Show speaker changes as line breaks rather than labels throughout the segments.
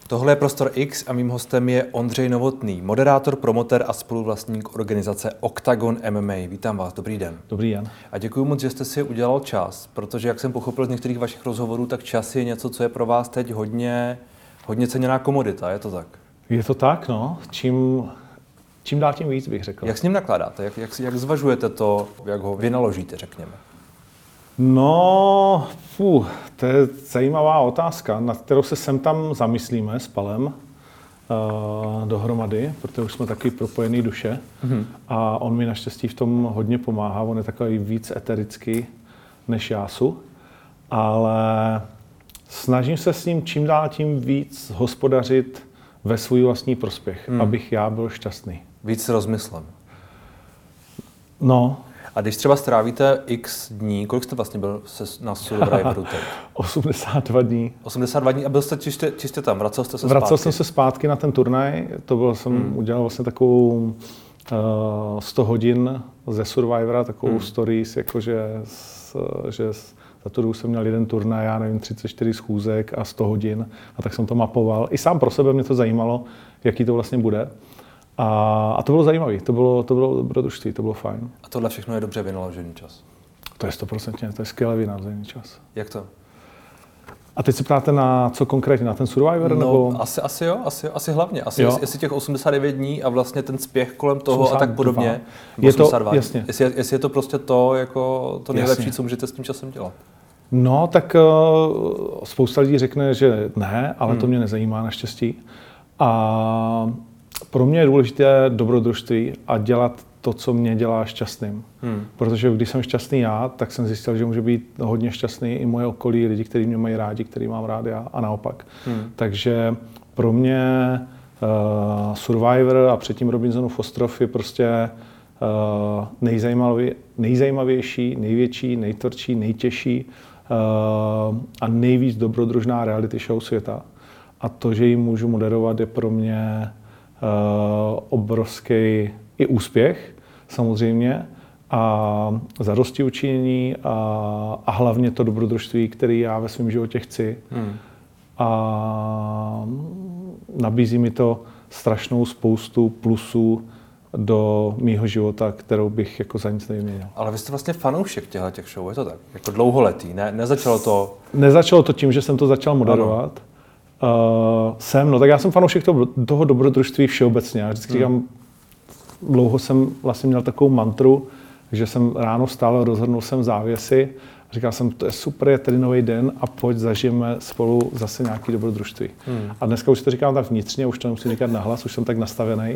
Tohle je Prostor X a mým hostem je Ondřej Novotný, moderátor, promotér a spoluvlastník organizace Octagon MMA. Vítám vás, dobrý den.
Dobrý den.
A děkuji moc, že jste si udělal čas, protože jak jsem pochopil z některých vašich rozhovorů, tak čas je něco, co je pro vás teď hodně ceněná komodita, je to tak?
Je to tak, no. Čím dál tím víc, bych řekl.
Jak s ním nakládáte? Jak zvažujete to, jak ho vynaložíte, řekněme?
No, to je zajímavá otázka, nad kterou se sem tam zamyslíme s Palem dohromady, protože už jsme taky propojený duše. A on mi naštěstí v tom hodně pomáhá, on je takový víc eterický než jásu, ale snažím se s ním čím dál tím víc hospodařit ve svůj vlastní prospěch, abych já byl šťastný.
Víc s rozmyslem.
No.
A když třeba strávíte x dní, kolik jste vlastně byl na Survivoru teď?
82 dní.
82 dní a byl jste čistě tam, vracel jste se zpátky?
Vracel jsem se zpátky na ten turnaj, jsem udělal vlastně takovou 100 hodin ze Survivora, takovou stories, jakože že za tu dobu jsem měl jeden turnaj, já nevím, 34 schůzek a 100 hodin a tak jsem to mapoval. I sám pro sebe mě to zajímalo, jaký to vlastně bude. A to bylo zajímavé, to bylo dobrodružství, to bylo fajn.
A tohle všechno je dobře vynaložený čas?
To je 100%, to je skvěle vynaložený čas.
Jak to?
A teď se ptáte na co konkrétně, na ten Survivor?
No,
nebo?
Asi hlavně.
Jo.
Jestli těch 89 dní a vlastně ten spěch kolem toho 82. a tak podobně.
Je to, jasně.
Jestli je to prostě to, jako to nejlepší,
jasně.
co můžete s tím časem dělat?
No, tak spousta lidí řekne, že ne, ale to mě nezajímá naštěstí. A pro mě je důležité dobrodružství a dělat to, co mě dělá šťastným. Protože když jsem šťastný já, tak jsem zjistil, že může být hodně šťastný i moje okolí, lidi, kteří mě mají rádi, který mám rád já a naopak. Takže pro mě Survivor a předtím Robinsonův ostrov je prostě nejzajímavější, největší, nejtvrdší, nejtěžší a nejvíc dobrodružná reality show světa. A to, že ji můžu moderovat, je pro mě obrovský i úspěch, samozřejmě, a zadostiučinění a hlavně to dobrodružství, které já ve svém životě chci. A nabízí mi to strašnou spoustu plusů do mýho života, kterou bych jako za nic nevyměnil.
Ale vy jste vlastně fanoušek těch show, je to tak? Jako dlouholetý, ne? Nezačalo to...
Nezačalo to tím, že jsem to začal moderovat. Tak já jsem fanoušek toho dobrodružství všeobecně. Já vždycky říkám, dlouho jsem vlastně měl takovou mantru, že jsem ráno vstal, rozhodnul jsem závěsy. Říkal jsem, to je super, je tady nový den a pojď zažijeme spolu zase nějaký dobrodružství. A dneska už to říkám tak vnitřně, už to nemusím říkat nahlas, už jsem tak nastavený.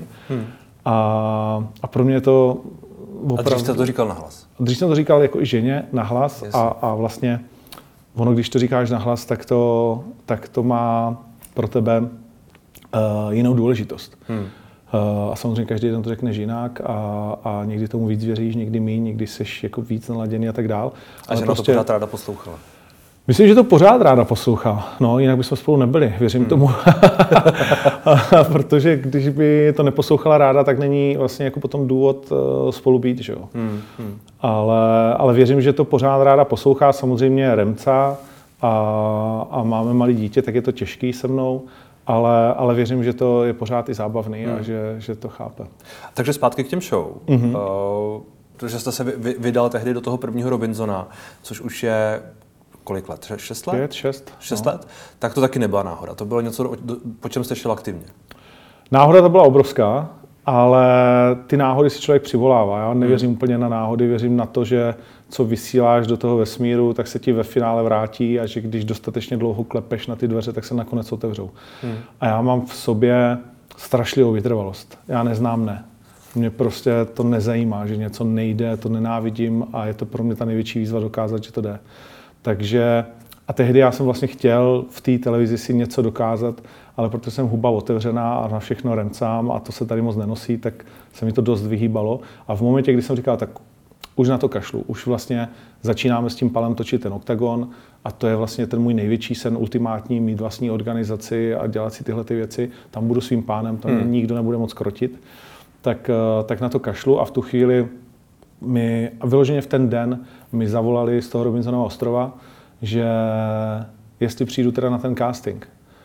A pro mě je to opravdu...
A dřív jste to říkal nahlas?
Dřív jsem to říkal jako i ženě nahlas a vlastně ono, když to říkáš nahlas, tak to má pro tebe jinou důležitost. A samozřejmě každý den to řekneš jinak a někdy tomu víc věříš, někdy míň, někdy seš jako víc naladěný a tak dál.
A žena to pořád ráda poslouchala?
Myslím, že to pořád ráda poslouchá. No, jinak bychom spolu nebyli, věřím tomu. Protože když by to neposlouchala ráda, tak není vlastně jako potom důvod spolu být, že jo. Ale věřím, že to pořád ráda poslouchá, samozřejmě remca a máme malé dítě, tak je to těžký se mnou, ale věřím, že to je pořád i zábavný a že to chápe.
Takže zpátky k těm show. Protože jste se vydal tehdy do toho prvního Robinsona, což už je kolik let? 6 let?
5, 6.
6 let? Tak to taky nebyla náhoda. To bylo něco, po čem jste šel aktivně.
Náhoda to byla obrovská, ale ty náhody si člověk přivolává. Já nevěřím úplně na náhody, věřím na to, že co vysíláš do toho vesmíru, tak se ti ve finále vrátí a že když dostatečně dlouho klepeš na ty dveře, tak se nakonec otevřou. A já mám v sobě strašlivou vytrvalost. Já neznám ne. Mě prostě to nezajímá, že něco nejde, to nenávidím a je to pro mě ta největší výzva dokázat, že to jde. Takže a tehdy já jsem vlastně chtěl v té televizi si něco dokázat, ale protože jsem huba otevřená a na všechno remcám a to se tady moc nenosí, tak se mi to dost vyhýbalo. A v momentě, kdy jsem říkal, tak už na to kašlu, už vlastně začínáme s tím Palem točit ten Octagon a to je vlastně ten můj největší sen, ultimátní, mít vlastní organizaci a dělat si tyhle ty věci. Tam budu svým pánem, tam nikdo nebude moc krotit. Tak na to kašlu a v tu chvíli a vyloženě v ten den mi zavolali z toho Robinsonova ostrova, že jestli přijdu teda na ten casting.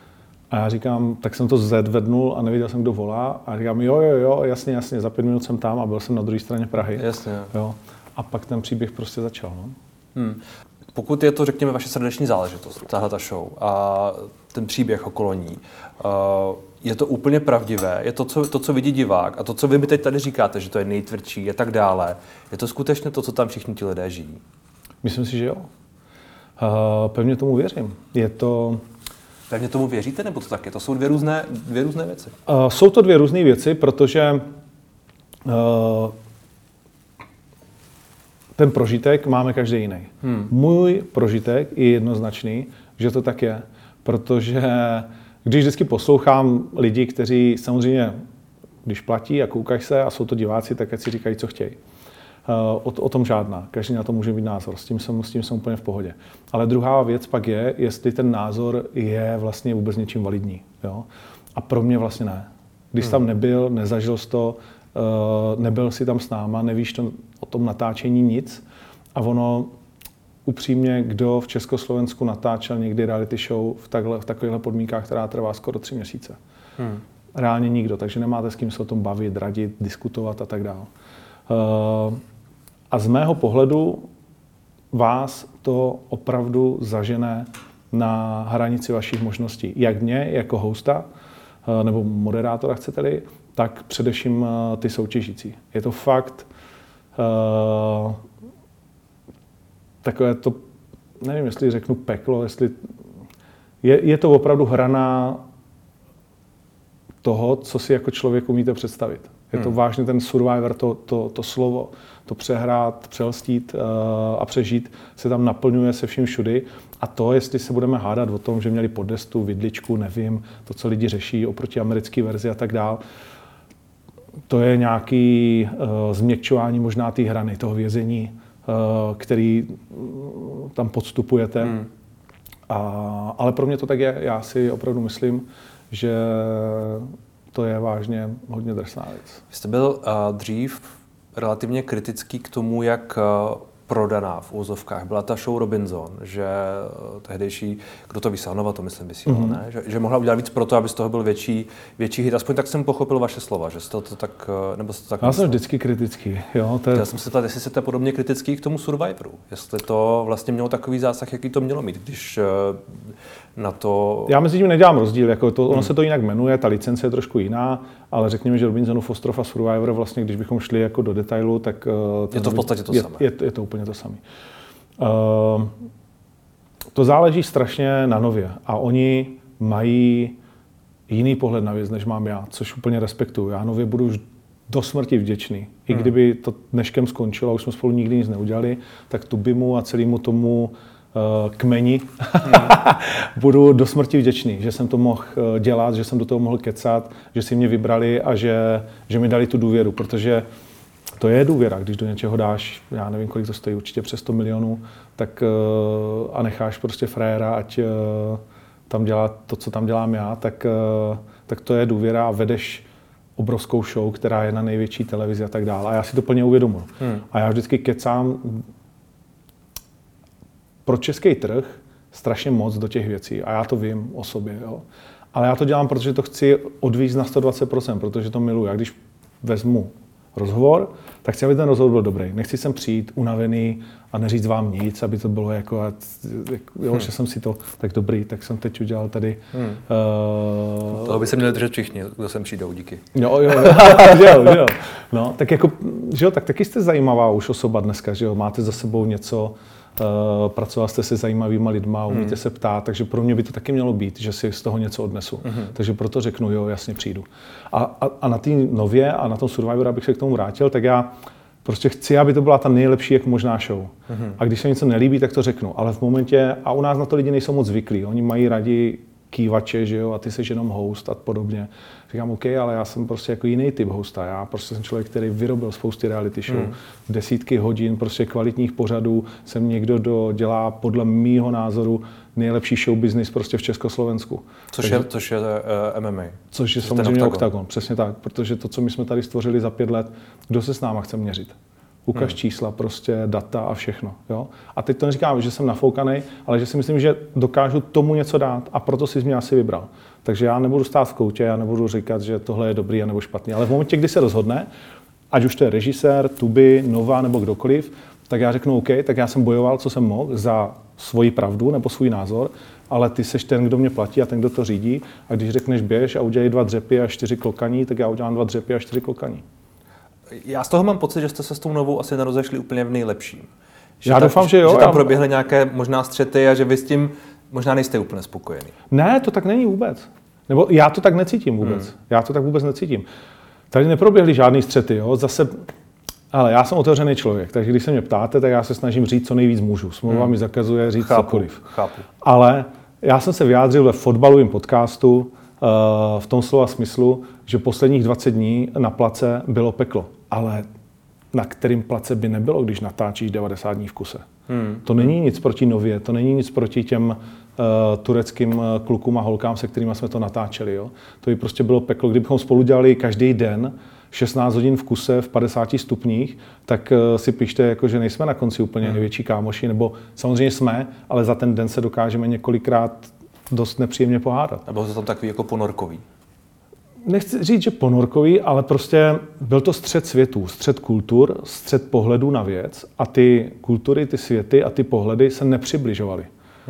A já říkám, tak jsem to zvednul a nevěděl jsem, kdo volá. A říkám, jo, jasně, za 5 minut jsem tam a byl jsem na druhé straně Prahy.
Jasně.
Jo. A pak ten příběh prostě začal. No.
Pokud je to, řekněme, vaše srdeční záležitost, tahle ta show a ten příběh okolo ní, je to úplně pravdivé? Je to, co vidí divák a to, co vy mi teď tady říkáte, že to je nejtvrdší a tak dále, je to skutečně to, co tam všichni ti lidé žijí?
Myslím si, že jo. Pevně tomu věřím. Je to...
Pevně tomu věříte, nebo to taky? To jsou dvě různé věci.
Jsou to 2 různé věci, protože ten prožitek máme každý jiný. Můj prožitek je jednoznačný, že to tak je, protože když vždycky poslouchám lidi, kteří samozřejmě, když platí a koukají se a jsou to diváci, tak ať si říkají, co chtějí. O tom žádná. Každý na to může mít názor. S tím jsem úplně v pohodě. Ale druhá věc pak je, jestli ten názor je vlastně vůbec něčím validní. Jo? A pro mě vlastně ne. Když jsi tam nebyl, nezažil jsi to, nebyl si tam s náma, nevíš to o tom natáčení nic. A ono upřímně, kdo v Československu natáčel někdy reality show v takovýchhle podmínkách, která trvá skoro 3 měsíce. Reálně nikdo, takže nemáte s kým se o tom bavit, radit, diskutovat a tak dále. A z mého pohledu vás to opravdu zažene na hranici vašich možností. Jak mě, jako hosta, nebo moderátora chcete-li, tak především ty soutěžící. Je to fakt takové to, nevím, jestli řeknu peklo, jestli je to opravdu hrana toho, co si jako člověk umíte představit. Je to vážně ten Survivor, to slovo, to přehrát, přelstít a přežít se tam naplňuje se vším všudy. A to, jestli se budeme hádat o tom, že měli podestu, vidličku, nevím, to, co lidi řeší oproti americké verzi a tak dál, to je nějaký změkčování možná té hrany, toho vězení, který tam podstupujete. Ale pro mě to tak je. Já si opravdu myslím, že to je vážně hodně drsná věc.
Vy jste byl dřív relativně kritický k tomu, jak prodaná v úzovkách byla ta show Robinson, že tehdejší, kdo to vysílal, Nova to myslím vysílal, ne? Že mohla udělat víc pro to, aby z toho byl větší hit. Aspoň tak jsem pochopil vaše slova, že jste to tak, nebo jste to tak
Já jsem vždycky kritický. Jo,
Já jsem se ptal, jestli jste podobně kritický k tomu Survivoru, jestli to vlastně mělo takový zásah, jaký to mělo mít, když na to...
Já mezi tím nedělám rozdíl, jako to, ono se to jinak jmenuje, ta licence je trošku jiná, ale řekněme, že Robinsonův ostrov a Survivor vlastně, když bychom šli jako do detailu, tak...
Je to v podstatě to samé.
Je to úplně to samé. To záleží strašně na Nově a oni mají jiný pohled na věc, než mám já, což úplně respektuju. Já Nově budu už do smrti vděčný. I kdyby to dneškem skončilo a už jsme spolu nikdy nic neudělali, tak Tubimu a celému tomu kmeni budu do smrti vděčný, že jsem to mohl dělat, že jsem do toho mohl kecat, že si mě vybrali a že mi dali tu důvěru, protože to je důvěra, když do něčeho dáš, já nevím, kolik to stojí, určitě přes 100 milionů, tak a necháš prostě frajera, ať tam dělá to, co tam dělám já, tak to je důvěra a vedeš obrovskou show, která je na největší televizi a tak dále. A já si to plně uvědomuji. A já vždycky kecám pro český trh strašně moc do těch věcí a já to vím o sobě. Jo. Ale já to dělám, protože to chci odvízt na 120%, protože to miluji. Já když vezmu rozhovor, tak chci, aby ten rozhovor byl dobrý. Nechci sem přijít unavený a neříct vám nic, aby to bylo jako, že jsem si to tak dobrý, tak jsem teď udělal tady.
Toho by se měli držet všichni, kdo sem přijdou, díky.
Jo. No, tak jako, že jo, tak taky jste zajímavá už osoba dneska, že jo, máte za sebou něco, pracoval jste se zajímavýma lidma, umíte se ptát, takže pro mě by to taky mělo být, že si z toho něco odnesu. Takže proto řeknu, jo, jasně přijdu. A na té Nově a na tom Survivoru, abych se k tomu vrátil, tak já prostě chci, aby to byla ta nejlepší jak možná show. A když se něco nelíbí, tak to řeknu. Ale v momentě, a u nás na to lidi nejsou moc zvyklí, oni mají rádi kývače, že jo, a ty jsi jenom host a podobně. Říkám, OK, ale já jsem prostě jako jiný typ hosta. Já prostě jsem člověk, který vyrobil spousty reality show, desítky hodin prostě kvalitních pořadů. Jsem někdo, kdo dělá podle mýho názoru nejlepší show business prostě v Československu.
Což je MMA.
Což je samozřejmě Octagon, přesně tak. Protože to, co my jsme tady stvořili za 5 let, kdo se s náma chce měřit? Ukaž čísla, prostě data a všechno. Jo? A teď to neříkám, že jsem nafoukaný, ale že si myslím, že dokážu tomu něco dát a proto si mě asi vybral. Takže já nebudu stát v koutě, já nebudu říkat, že tohle je dobrý a nebo špatný. Ale v momentě, kdy se rozhodne, ať už to je režisér, Tubi, Nova nebo kdokoliv, tak já řeknu OK, tak já jsem bojoval, co jsem mohl za svoji pravdu nebo svůj názor, ale ty seš ten, kdo mě platí a ten, kdo to řídí. A když řekneš běž a udělej 2 dřepy a 4 klokaní, tak já udělám 2 dřepy a 4 klokaní.
Já z toho mám pocit, že jste se s tou Novou asi nerozešli úplně v nejlepším.
Já doufám, že jo.
Že tam proběhly nějaké možná střety a že vy s tím možná nejste úplně spokojený.
Ne, to tak není vůbec. Nebo já to tak necítím vůbec. Já to tak vůbec necítím. Tady neproběhly žádný střety, jo. Zase, ale já jsem otevřený člověk, takže když se mě ptáte, tak já se snažím říct, co nejvíc můžu. Smlouva mi zakazuje říct cokoliv.
Chápu.
Ale já jsem se vyjádřil ve fotbalovém podcastu v tom slova smyslu, že posledních 20 dní na place bylo peklo. Ale na kterým place by nebylo, když natáčíš 90 dní v kuse. To není nic proti Nově, to není nic proti těm tureckým klukům a holkám, se kterými jsme to natáčeli. Jo? To by prostě bylo peklo. Kdybychom spolu dělali každý den 16 hodin v kuse v 50 stupních, tak si pište, jako, že nejsme na konci úplně největší kámoši, nebo samozřejmě jsme, ale za ten den se dokážeme několikrát dost nepříjemně pohádat.
A bylo to tam takový jako ponorkový?
Nechci říct, že ponorkový, ale prostě byl to střet světů, střet kultur, střet pohledů na věc a ty kultury, ty světy a ty pohledy se nepřibližovaly.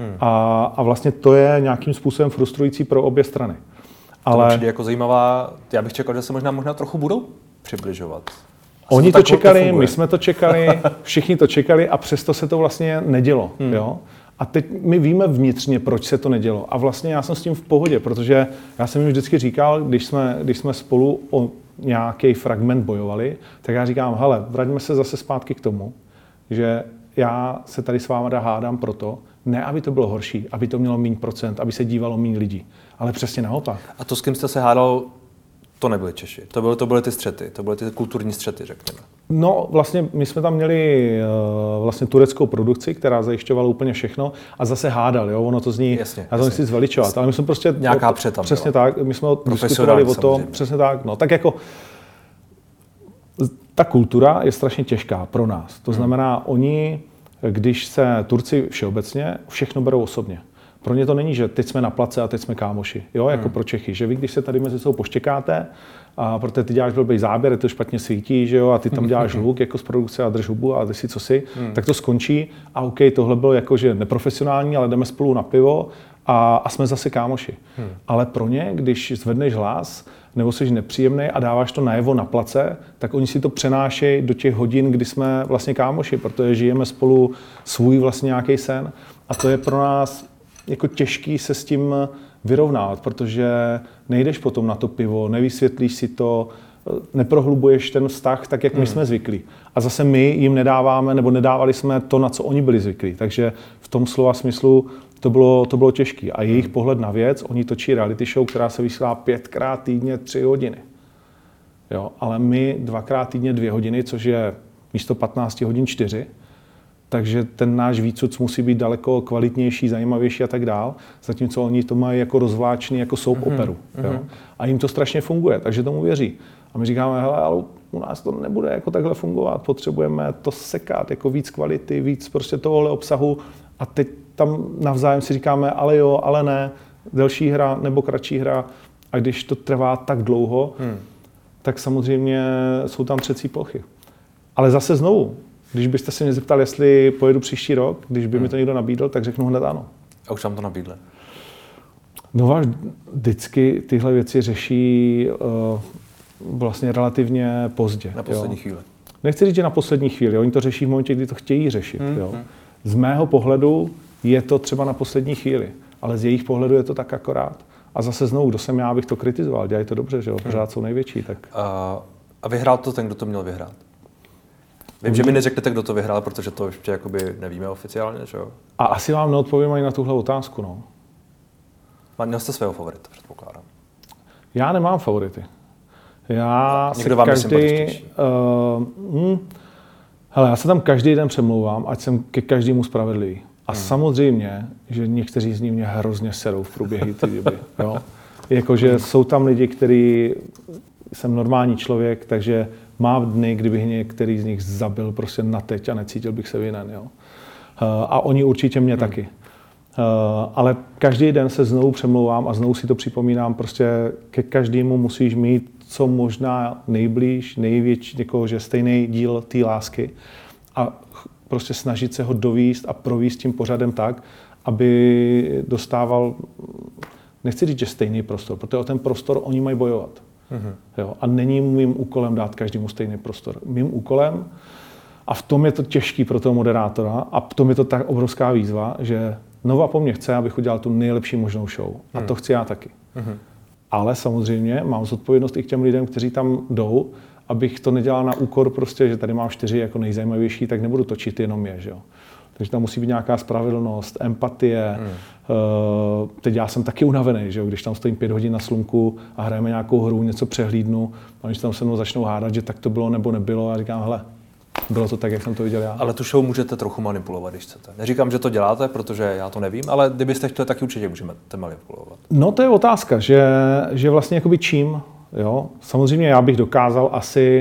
A vlastně to je nějakým způsobem frustrující pro obě strany.
Ale to přijde jako zajímavá, já bych čekal, že se možná trochu budou přibližovat.
Oni to čekali, my jsme to čekali, všichni to čekali a přesto se to vlastně nedělo. Jo? A teď my víme vnitřně, proč se to nedělo. A vlastně já jsem s tím v pohodě, protože já jsem jim vždycky říkal, když jsme spolu o nějaký fragment bojovali, tak já říkám, hele, vraťme se zase zpátky k tomu, že já se tady s váma hádám proto, ne aby to bylo horší, aby to mělo míň procent, aby se dívalo míň lidí, ale přesně naopak.
A to, s kým jste se hádal, to nebyly Češi, to byly ty střety, to byly ty kulturní střety, řekněme.
No, vlastně my jsme tam měli vlastně tureckou produkci, která zajišťovala úplně všechno a zase hádal, jo, ono to zní,
jasně,
já to nechci zveličovat, ale my jsme prostě...
Nějaká přetam.
Přesně tak, my jsme diskutovali o tom, přesně tak, no, tak jako ta kultura je strašně těžká pro nás, to znamená, oni, když se Turci všeobecně, všechno berou osobně. Pro ně to není, že teď jsme na place a teď jsme kámoši, jo, jako pro Čechy, že vy, když se tady mezi sebou poštěkáte, a protože ty děláš blbý záběr, je to špatně svítí, že jo, a ty tam děláš hluk jako z produkce a drž hubu a ty si co si, tak to skončí a OK, tohle bylo jakože neprofesionální, ale jdeme spolu na pivo a jsme zase kámoši. Ale pro ně, když zvedneš hlas, nebo jsi nepříjemný a dáváš to najevo na place, tak oni si to přenášejí do těch hodin, kdy jsme vlastně kámoši, protože žijeme spolu svůj vlastně nějaký sen a to je pro nás jako těžký se s tím vyrovnávat, protože nejdeš potom na to pivo, nevysvětlíš si to, neprohlubuješ ten vztah tak, jak my jsme zvyklí. A zase my jim nedáváme, nebo nedávali jsme to, na co oni byli zvyklí. Takže v tom slova smyslu to bylo těžké. A jejich pohled na věc, oni točí reality show, která se vysílá 5krát týdně 3 hodiny. Jo, ale my 2krát týdně 2 hodiny, což je místo 15 hodin 4. Takže ten náš výcuc musí být daleko kvalitnější, zajímavější a tak dál, zatímco oni to mají jako rozvláčný, jako soap operu. Jo? A jim to strašně funguje, takže tomu věří. A my říkáme, hele, ale u nás to nebude jako takhle fungovat, potřebujeme to sekat, jako víc kvality, víc prostě tohohle obsahu a teď tam navzájem si říkáme, ale jo, ale ne, delší hra nebo kratší hra a když to trvá tak dlouho, tak samozřejmě jsou tam třecí plochy. Ale zase znovu, když byste se mě zeptal, jestli pojedu příští rok, když by mi to někdo nabídl, tak řeknu hned ano.
A už vám to nabídli?
Nova vždycky tyhle věci řeší vlastně relativně pozdě.
Na poslední chvíli.
Nechci říct, že na poslední chvíli. Oni to řeší v momentě, kdy to chtějí řešit. Jo. Z mého pohledu je to třeba na poslední chvíli, ale z jejich pohledu je to tak akorát. A zase znovu, kdo jsem já, abych to kritizoval. Dělají to dobře, že jo? Pořád jsou největší. Tak.
A vyhrál to ten, kdo to měl vyhrát? Vím, že mi neřeknete, kdo to vyhrál, protože to ještě jakoby nevíme oficiálně, že jo?
A asi vám neodpovím ani na tuhle otázku, no.
Měl jste svého favorita, předpokládám.
Já nemám favority. Já se tam každý den přemlouvám, ať jsem ke každému spravedlivý. A samozřejmě, že někteří z nich mě hrozně serou v průběhu té doby. Jakože jsou tam lidi, kteří jsem normální člověk, takže Mám dny, kdybych některý z nich zabil prostě na teď a necítil bych se vinen. Jo. A oni určitě mě taky. Ale každý den se znovu přemlouvám a znovu si to připomínám, prostě ke každému musíš mít co možná nejblíž, největší, jako, že stejný díl té lásky a prostě snažit se ho dovíst a províst tím pořadem tak, aby dostával, nechci říct, že stejný prostor, protože o ten prostor oni mají bojovat. Jo? A není mým úkolem dát každému stejný prostor. Mým úkolem, a v tom je to těžký pro toho moderátora a v tom je to tak obrovská výzva, že Nova po mně chce, abych udělal tu nejlepší možnou show. A to chci já taky. Ale samozřejmě mám zodpovědnost i k těm lidem, kteří tam jdou, abych to nedělal na úkor prostě, že tady mám 4 jako nejzajímavější, tak nebudu točit jenom je, že jo. Takže tam musí být nějaká spravedlnost, empatie. Teď já jsem taky unavený, že jo, když tam stojím 5 hodin na slunku a hrajeme nějakou hru, něco přehlídnu, a když tam se mnou začnou hádat, že tak to bylo nebo nebylo, a říkám, hele, bylo to tak, jak jsem to viděl já.
Ale tu show můžete trochu manipulovat, když chcete. Neříkám, že to děláte, protože já to nevím, ale kdybyste chtěli, tak určitě můžete manipulovat.
No to je otázka, že vlastně jakoby čím, jo. Samozřejmě já bych dokázal asi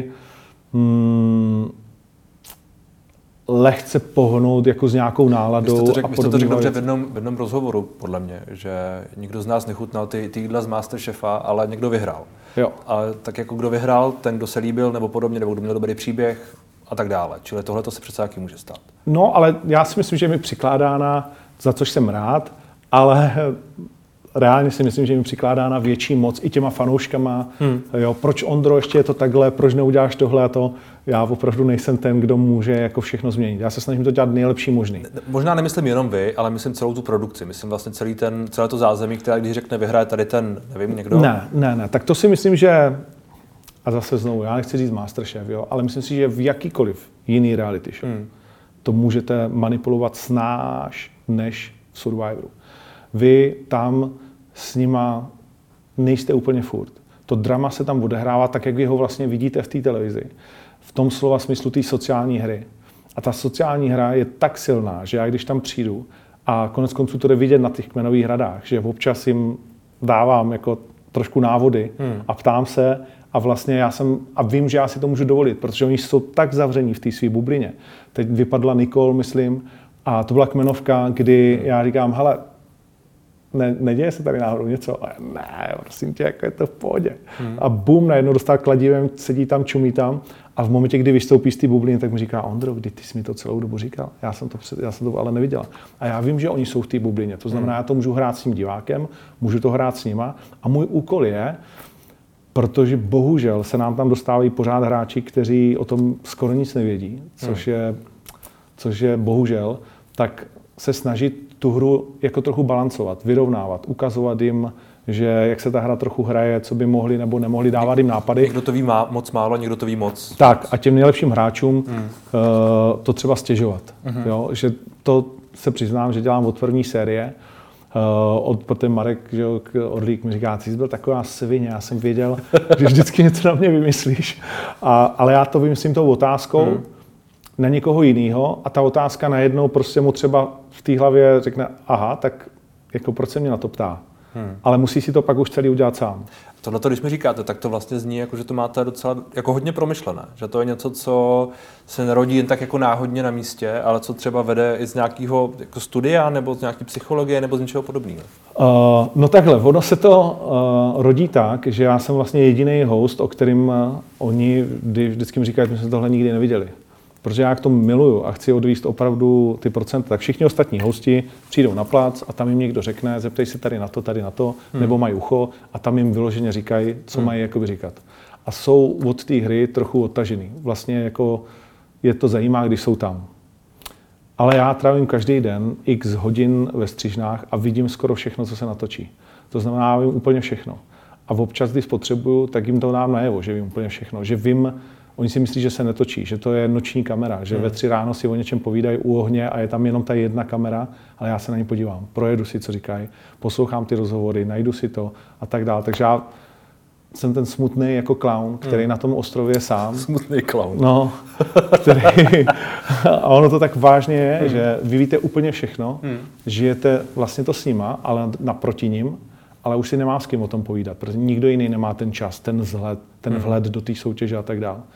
lehce pohnout jako s nějakou náladou.
Vy jste to řekl dobře v jednom rozhovoru, podle mě, že nikdo z nás nechutnal ty jídla z Masterchefa, ale někdo vyhrál.
Jo.
A tak jako kdo vyhrál, ten, kdo se líbil, nebo podobně, nebo kdo měl dobrý příběh a tak dále. Čili tohle to se přece taky může stát.
No, ale já si myslím, že mi přikládána, za což jsem rád, ale reálně si myslím, že mi přikládána větší moc i těma fanouškama. Jo, proč Ondro, ještě je to takhle, proč neuděláš tohle a to? Já opravdu nejsem ten, kdo může jako všechno změnit. Já se snažím to dělat nejlepší možný.
Možná nemyslím jenom vy, ale myslím celou tu produkci. Myslím vlastně celé to zázemí, které když řekne vyhraje tady ten, nevím, někdo.
Ne. Tak to si myslím, že, a zase znovu, já nechci říct Masterchef, jo, ale myslím si, že v jakýkoliv jiný reality show to můžete manipulovat snáš než v Survivoru. Vy tam s nima nejste úplně furt. To drama se tam odehrává tak, jak vy ho vlastně vidíte v té televizi. V tom slova smyslu té sociální hry. A ta sociální hra je tak silná, že já když tam přijdu a konec konců to jde vidět na těch kmenových hradách, že občas jim dávám jako trošku návody a ptám se a vlastně a vím, že já si to můžu dovolit, protože oni jsou tak zavření v té své bublině. Teď vypadla Nicole, myslím, a to byla kmenovka, kdy já říkám, hele, neděje se tady náhodou něco? A ne, prosím tě, jako je to v pohodě. A bum, najednou dostal kladivem, sedí tam, čumí tam a v momentě, kdy vystoupí z té bubliny, tak mi říká, Ondro, kdy ty jsi mi to celou dobu říkal? Já jsem to ale neviděla. A já vím, že oni jsou v té bublině, to znamená, já to můžu hrát s tím divákem, můžu to hrát s nima a můj úkol je, protože bohužel se nám tam dostávají pořád hráči, kteří o tom skoro nic nevědí, což je bohužel, tak se snažit tu hru jako trochu balancovat, vyrovnávat, ukazovat jim, že jak se ta hra trochu hraje, co by mohli nebo nemohli, dávat jim nápady.
Někdo to ví moc málo, někdo to ví moc.
Tak a těm nejlepším hráčům to třeba stěžovat. Jo? Že to se přiznám, že dělám od první série. Potom Marek, že Orlík mi říká, ty jsi byl taková svině, já jsem věděl, že vždycky něco na mě vymyslíš. Ale já to vymyslím tou otázkou na někoho jiného a ta otázka najednou prostě mu třeba v té hlavě řekne, aha, tak jako proč se mě na to ptá? Ale musí si to pak už celý udělat sám.
Tohle, když mi říkáte, tak to vlastně zní, jako, že to máte docela jako hodně promyšlené. Že to je něco, co se nerodí jen tak jako náhodně na místě, ale co třeba vede i z nějakého jako studia, nebo z nějaké psychologie, nebo z něčeho podobného.
No takhle, ono se to rodí tak, že já jsem vlastně jediný host, o kterým oni vždycky mi říkají, že jsme tohle nikdy neviděli. Protože já k tomu miluju a chci odvíst opravdu ty procenta, tak všichni ostatní hosti přijdou na plac a tam jim někdo řekne, zeptej se tady na to, nebo mají ucho a tam jim vyloženě říkají, co mají jakoby říkat. A jsou od té hry trochu odtažený. Vlastně jako je to zajímá, když jsou tam. Ale já trávím každý den x hodin ve střižnách a vidím skoro všechno, co se natočí. To znamená, já vím úplně všechno. A občas, když potřebuju, tak jim to dám najevo, že vím úplně všechno. Že vím, oni si myslí, že se netočí, že to je noční kamera, že ve 3 ráno si o něčem povídají u ohně a je tam jenom ta jedna kamera, ale já se na ní podívám, projedu si, co říkají, poslouchám ty rozhovory, najdu si to a tak dále. Takže já jsem ten smutný jako klaun, který na tom ostrově je sám.
Smutný klaun.
No, a ono to tak vážně je, že vy víte úplně všechno, žijete vlastně to s nima, ale naproti nim, ale už si nemá s kým o tom povídat, protože nikdo jiný nemá ten čas, ten vzhled, ten vhled do té soutěže a tak dále.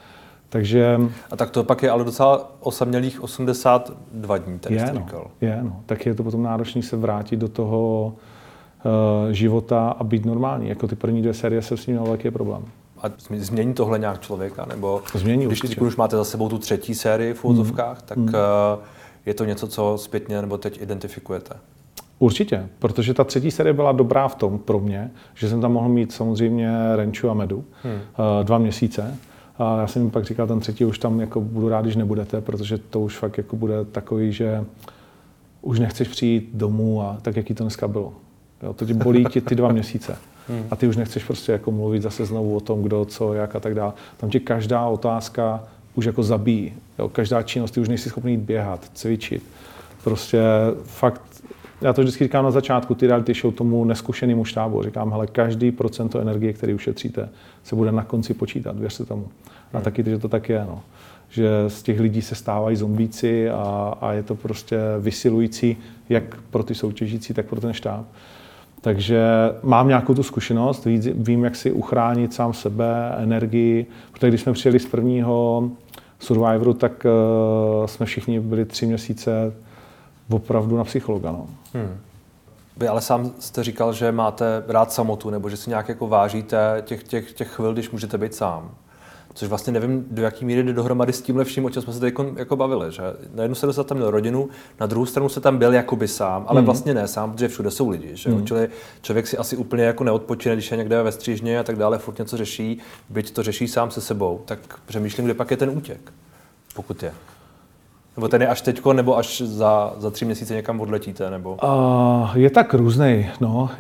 Takže...
A tak to pak je ale docela osamělých 82 dní, tady jste říkal.
Tak je to potom náročný se vrátit do toho života a být normální. Jako ty první 2 série se s ním měl velký problém.
A změní tohle nějak člověka? Nebo
změní,
když už máte za sebou tu 3. sérii v úvozovkách, tak je to něco, co zpětně nebo teď identifikujete?
Určitě, protože ta 3. série byla dobrá v tom pro mě, že jsem tam mohl mít samozřejmě Renču a Medu 2 měsíce. A já jsem jim pak říkal, ten 3. už tam jako budu rád, když nebudete, protože to už fakt jako bude takový, že už nechceš přijít domů a tak, jaký to dneska bylo. Jo, to tě bolí ty 2 měsíce. A ty už nechceš prostě jako mluvit zase znovu o tom, kdo, co, jak a tak dále. Tam tě každá otázka už jako zabíjí. Jo, každá činnost, ty už nejsi schopný jít běhat, cvičit. Prostě fakt, já to vždycky říkám na začátku, ty reality show tomu neskušenému štábu. Říkám, hele, každý procento energie, který ušetříte, se bude na konci počítat, věřte tomu. A taky, že to tak je, no. Že z těch lidí se stávají zombíci a je to prostě vysilující, jak pro ty soutěžící, tak pro ten štáb. Takže mám nějakou tu zkušenost, vím, jak si uchránit sám sebe, energii, protože když jsme přijeli z prvního Survivoru, tak jsme všichni byli 3 měsíce opravdu na psychologa. No.
Vy ale sám jste říkal, že máte rád samotu, nebo že si nějak jako vážíte těch chvil, když můžete být sám. Což vlastně nevím, do jaký míry jde dohromady s tímhle vším, o čem jsme se tady jako bavili. Že? Na jednu stranu se tam měl rodinu, na druhou stranu se tam byl jakoby sám, ale vlastně ne sám, protože všude jsou lidi. Že? Čili člověk si asi úplně jako neodpočine, když je někde ve střížně a tak dále, furt něco řeší, byť to řeší sám se sebou. Tak přemýšlím, kde pak je ten útěk, pokud je. Nebo ten je až teďko, nebo až za 3 měsíce někam odletíte, nebo?
Je tak různej, no.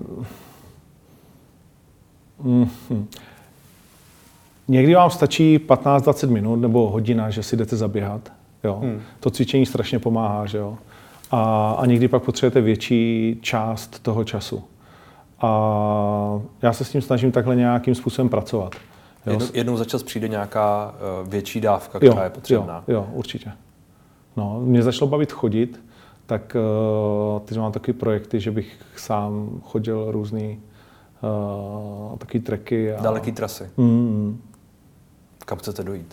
Někdy vám stačí 15-20 minut nebo hodina, že si jdete zaběhat. Jo? To cvičení strašně pomáhá, že jo? A někdy pak potřebujete větší část toho času. A já se s tím snažím takhle nějakým způsobem pracovat.
Jo? Jednou za čas přijde nějaká větší dávka, která je potřebná.
Jo, určitě. No, mě začalo bavit chodit, tak teď mám takové projekty, že bych sám chodil různý takový treky.
Daleký trasy. Kam chcete dojít?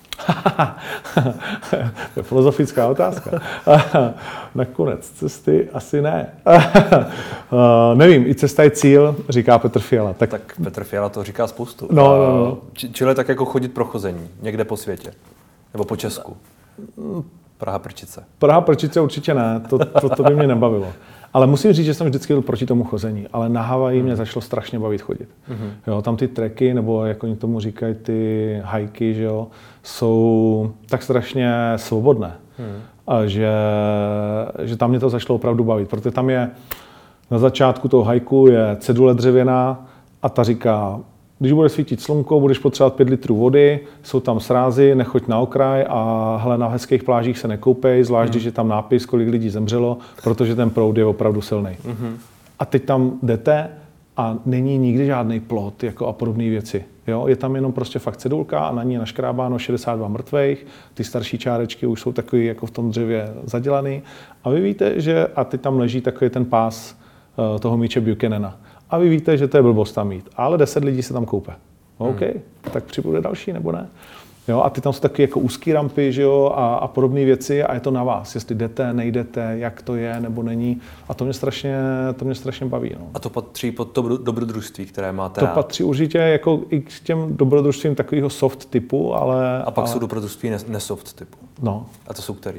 To je filozofická otázka. Na konec cesty asi ne. Nevím, i cesta je cíl, říká Petr Fiala.
Tak Petr Fiala to říká spoustu.
No.
Čili tak jako chodit pro chození, někde po světě. Nebo po Česku. Praha Prčice.
Praha Prčice určitě ne, to by mě nebavilo. Ale musím říct, že jsem vždycky byl proti tomu chození, ale na Havaji mě začalo strašně bavit chodit. Jo, tam ty treky, nebo jak oni tomu říkají, ty hajky, že jo, jsou tak strašně svobodné. A že tam mě to začalo opravdu bavit, protože tam je na začátku toho hajku je cedule dřevěná a ta říká, když bude svítit slunko, budeš potřebovat 5 litrů vody, jsou tam srázy, nechoď na okraj a hele, na hezkých plážích se nekoupej, zvlášť když je tam nápis, kolik lidí zemřelo, protože ten proud je opravdu silný. A teď tam jdete a není nikdy žádný plot jako a podobné věci. Jo? Je tam jenom prostě fakt cedulka a na ní je naškrábáno 62 mrtvejch, ty starší čárečky už jsou takový jako v tom dřevě zadělaný a vy víte, že a teď tam leží takový ten pás toho míče Buchanana. A vy víte, že to je blbost tam mít, ale 10 lidí se tam koupe. OK, tak přibude další, nebo ne? Jo, a ty tam jsou taky jako úzký rampy, že jo, a podobné věci a je to na vás, jestli jdete, nejdete, jak to je, nebo není. A to mě strašně baví. No.
A to patří pod to dobrodružství, které máte
To patří určitě jako i k těm dobrodružstvím takového soft typu, ale...
A pak jsou dobrodružství nesoft typu.
No.
A to jsou který?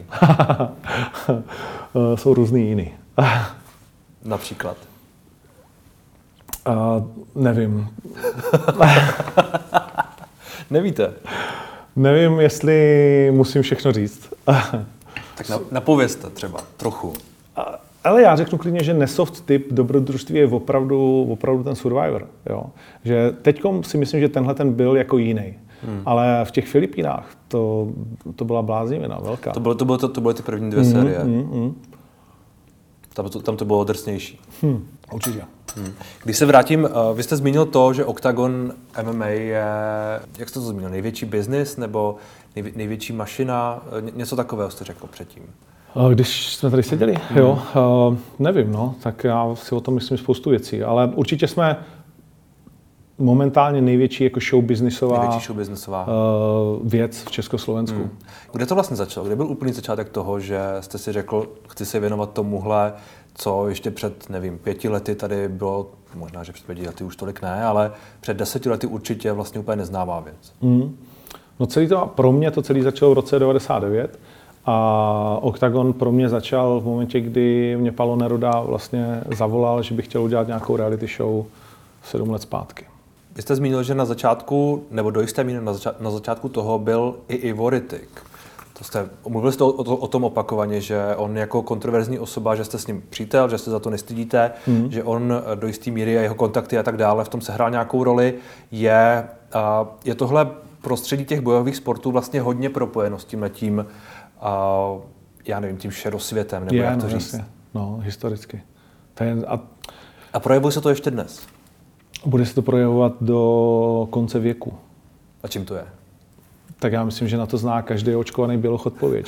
Jsou různý jiný.
Například?
Nevím.
Nevíte?
Nevím, jestli musím všechno říct.
Tak napovězte třeba trochu.
Ale já řeknu klidně, že nesoft typ dobrodružství je opravdu ten Survivor. Jo? Že teďkom si myslím, že tenhle ten byl jako jiný. Ale v těch Filipínách to byla bláznivina velká.
To byly ty první 2 série. Tam to bylo drsnější.
Určitě.
Když se vrátím, vy jste zmínil to, že Octagon MMA je, jak jste to zmínil, největší biznis nebo největší mašina, něco takového jste řekl předtím.
Když jsme tady seděli, jo, nevím, no, tak já si o tom myslím spoustu věcí, ale určitě jsme momentálně největší jako showbiznisová věc v Československu.
Kde to vlastně začalo? Kde byl úplný začátek toho, že jste si řekl, chci se věnovat tomuhle, co ještě před, 5 lety tady bylo, možná, že před 5 lety už tolik ne, ale před 10 lety určitě vlastně úplně neznámá věc.
No pro mě to celý začalo v roce 99 a Octagon pro mě začal v momentě, kdy mě Paolo Neruda vlastně zavolal, že by chtěl udělat nějakou reality show 7 let zpátky.
Vy jste zmínil, že na začátku, nebo do jisté míry na začátku toho byl i Ivo Rittig. Mluvili jste o tom opakovaně, že on jako kontroverzní osoba, že jste s ním přítel, že se za to nestydíte, že on do jisté míry a jeho kontakty a tak dále v tom sehrál nějakou roli. Je tohle prostředí těch bojových sportů vlastně hodně propojeno s tímhletím, tím šerosvětem, nebo jak to říct?
Jasně. No, historicky.
A projevuje se to ještě dnes?
Bude se to projevovat do konce věku.
A čím to je?
Tak já myslím, že na to zná každý očkovaný běloch odpověď.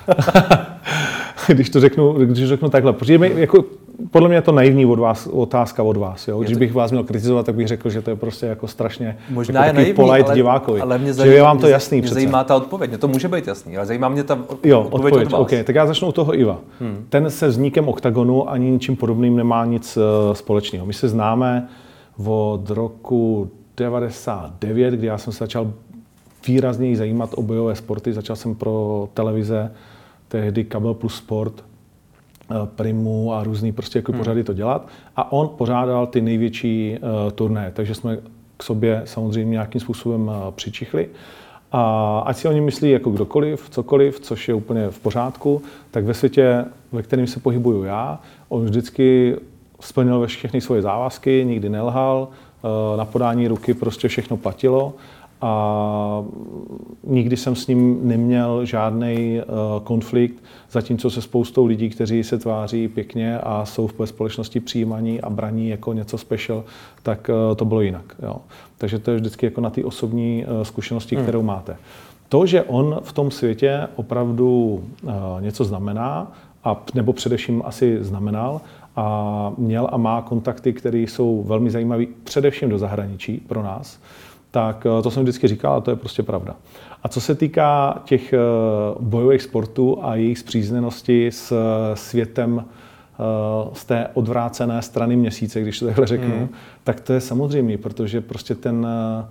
Když to řeknu takhle. Podle mě je to naivní otázka od vás. Jo? Když bych vás měl kritizovat, tak bych řekl, že to je prostě jako strašně
možná jako je
naivní, divákovi.
Ale mě
zajímá, je vám to jasný
mě zajímá ta odpověď. Mě to může být jasný, ale zajímá mě ta odpověď od vás.
Okay. Tak já začnu u toho Iva. Ten se vznikem Octagonu ani ničím podobným nemá nic společného. My se známe od roku 99, kdy já jsem se začal výrazněji zajímat o bojové sporty. Začal jsem pro televize, tehdy Kabel plus Sport, Primu a různý prostě jako pořady to dělat. A on pořádal ty největší turné, takže jsme k sobě samozřejmě nějakým způsobem přičichli. A ať si oni myslí jako kdokoliv, cokoliv, což je úplně v pořádku, tak ve světě, ve kterém se pohybuju já, on vždycky splnil všechny svoje závazky, nikdy nelhal, na podání ruky prostě všechno platilo. A nikdy jsem s ním neměl žádný konflikt, zatímco se spoustou lidí, kteří se tváří pěkně a jsou ve společnosti přijímaní a braní jako něco special, tak to bylo jinak. Jo. Takže to je vždycky jako na té osobní zkušenosti, kterou máte. To, že on v tom světě opravdu něco znamená, nebo především asi znamenal, a měl a má kontakty, které jsou velmi zajímavé, především do zahraničí pro nás, tak to jsem vždycky říkal a to je prostě pravda. A co se týká těch bojových sportů a jejich spřízněnosti s světem z té odvrácené strany měsíce, když to takhle řeknu, tak to je samozřejmě, protože prostě ten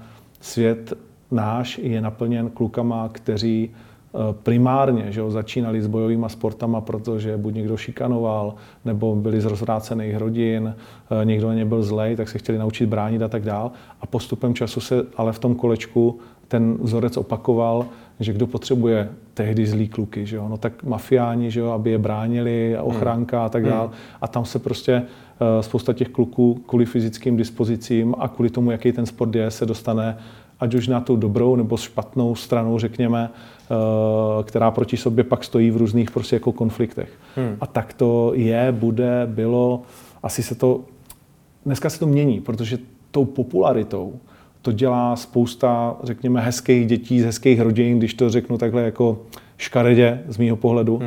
svět náš je naplněn klukama, kteří primárně začínali s bojovýma sportama, protože buď někdo šikanoval, nebo byli z rozvrácených rodin, někdo na ně byl zlej, tak se chtěli naučit bránit a tak dál. A postupem času se ale v tom kolečku ten vzorec opakoval, že kdo potřebuje tehdy zlý kluky, že jo? No tak mafiáni, že jo? Aby je bránili, ochránka a tak dál. A tam se prostě spousta těch kluků kvůli fyzickým dispozicím a kvůli tomu, jaký ten sport je, se dostane ať už na tu dobrou nebo špatnou stranu, řekněme, která proti sobě pak stojí v různých prostě jako konfliktech. A tak to je, bude, bylo, dneska se to mění, protože tou popularitou to dělá spousta, řekněme, hezkých dětí z hezkých rodin, když to řeknu takhle jako škaredě z mýho pohledu,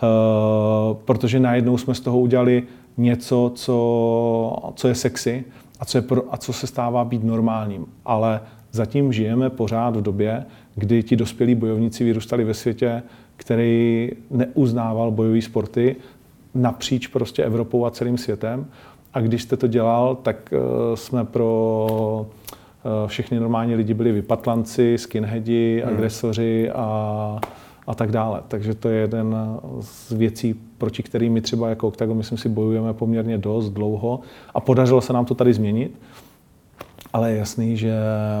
protože najednou jsme z toho udělali něco, co je sexy a co se stává být normálním. Ale zatím žijeme pořád v době, kdy ti dospělí bojovníci vyrůstali ve světě, který neuznával bojové sporty napříč prostě Evropou a celým světem. A když jste to dělal, tak jsme pro všechny normální lidi byli vypatlanci, skinheadi, agresoři a tak dále. Takže to je jeden z věcí, proti kterým my třeba jako Octagon, myslím si, bojujeme poměrně dost dlouho. A podařilo se nám to tady změnit. Ale je jasný, že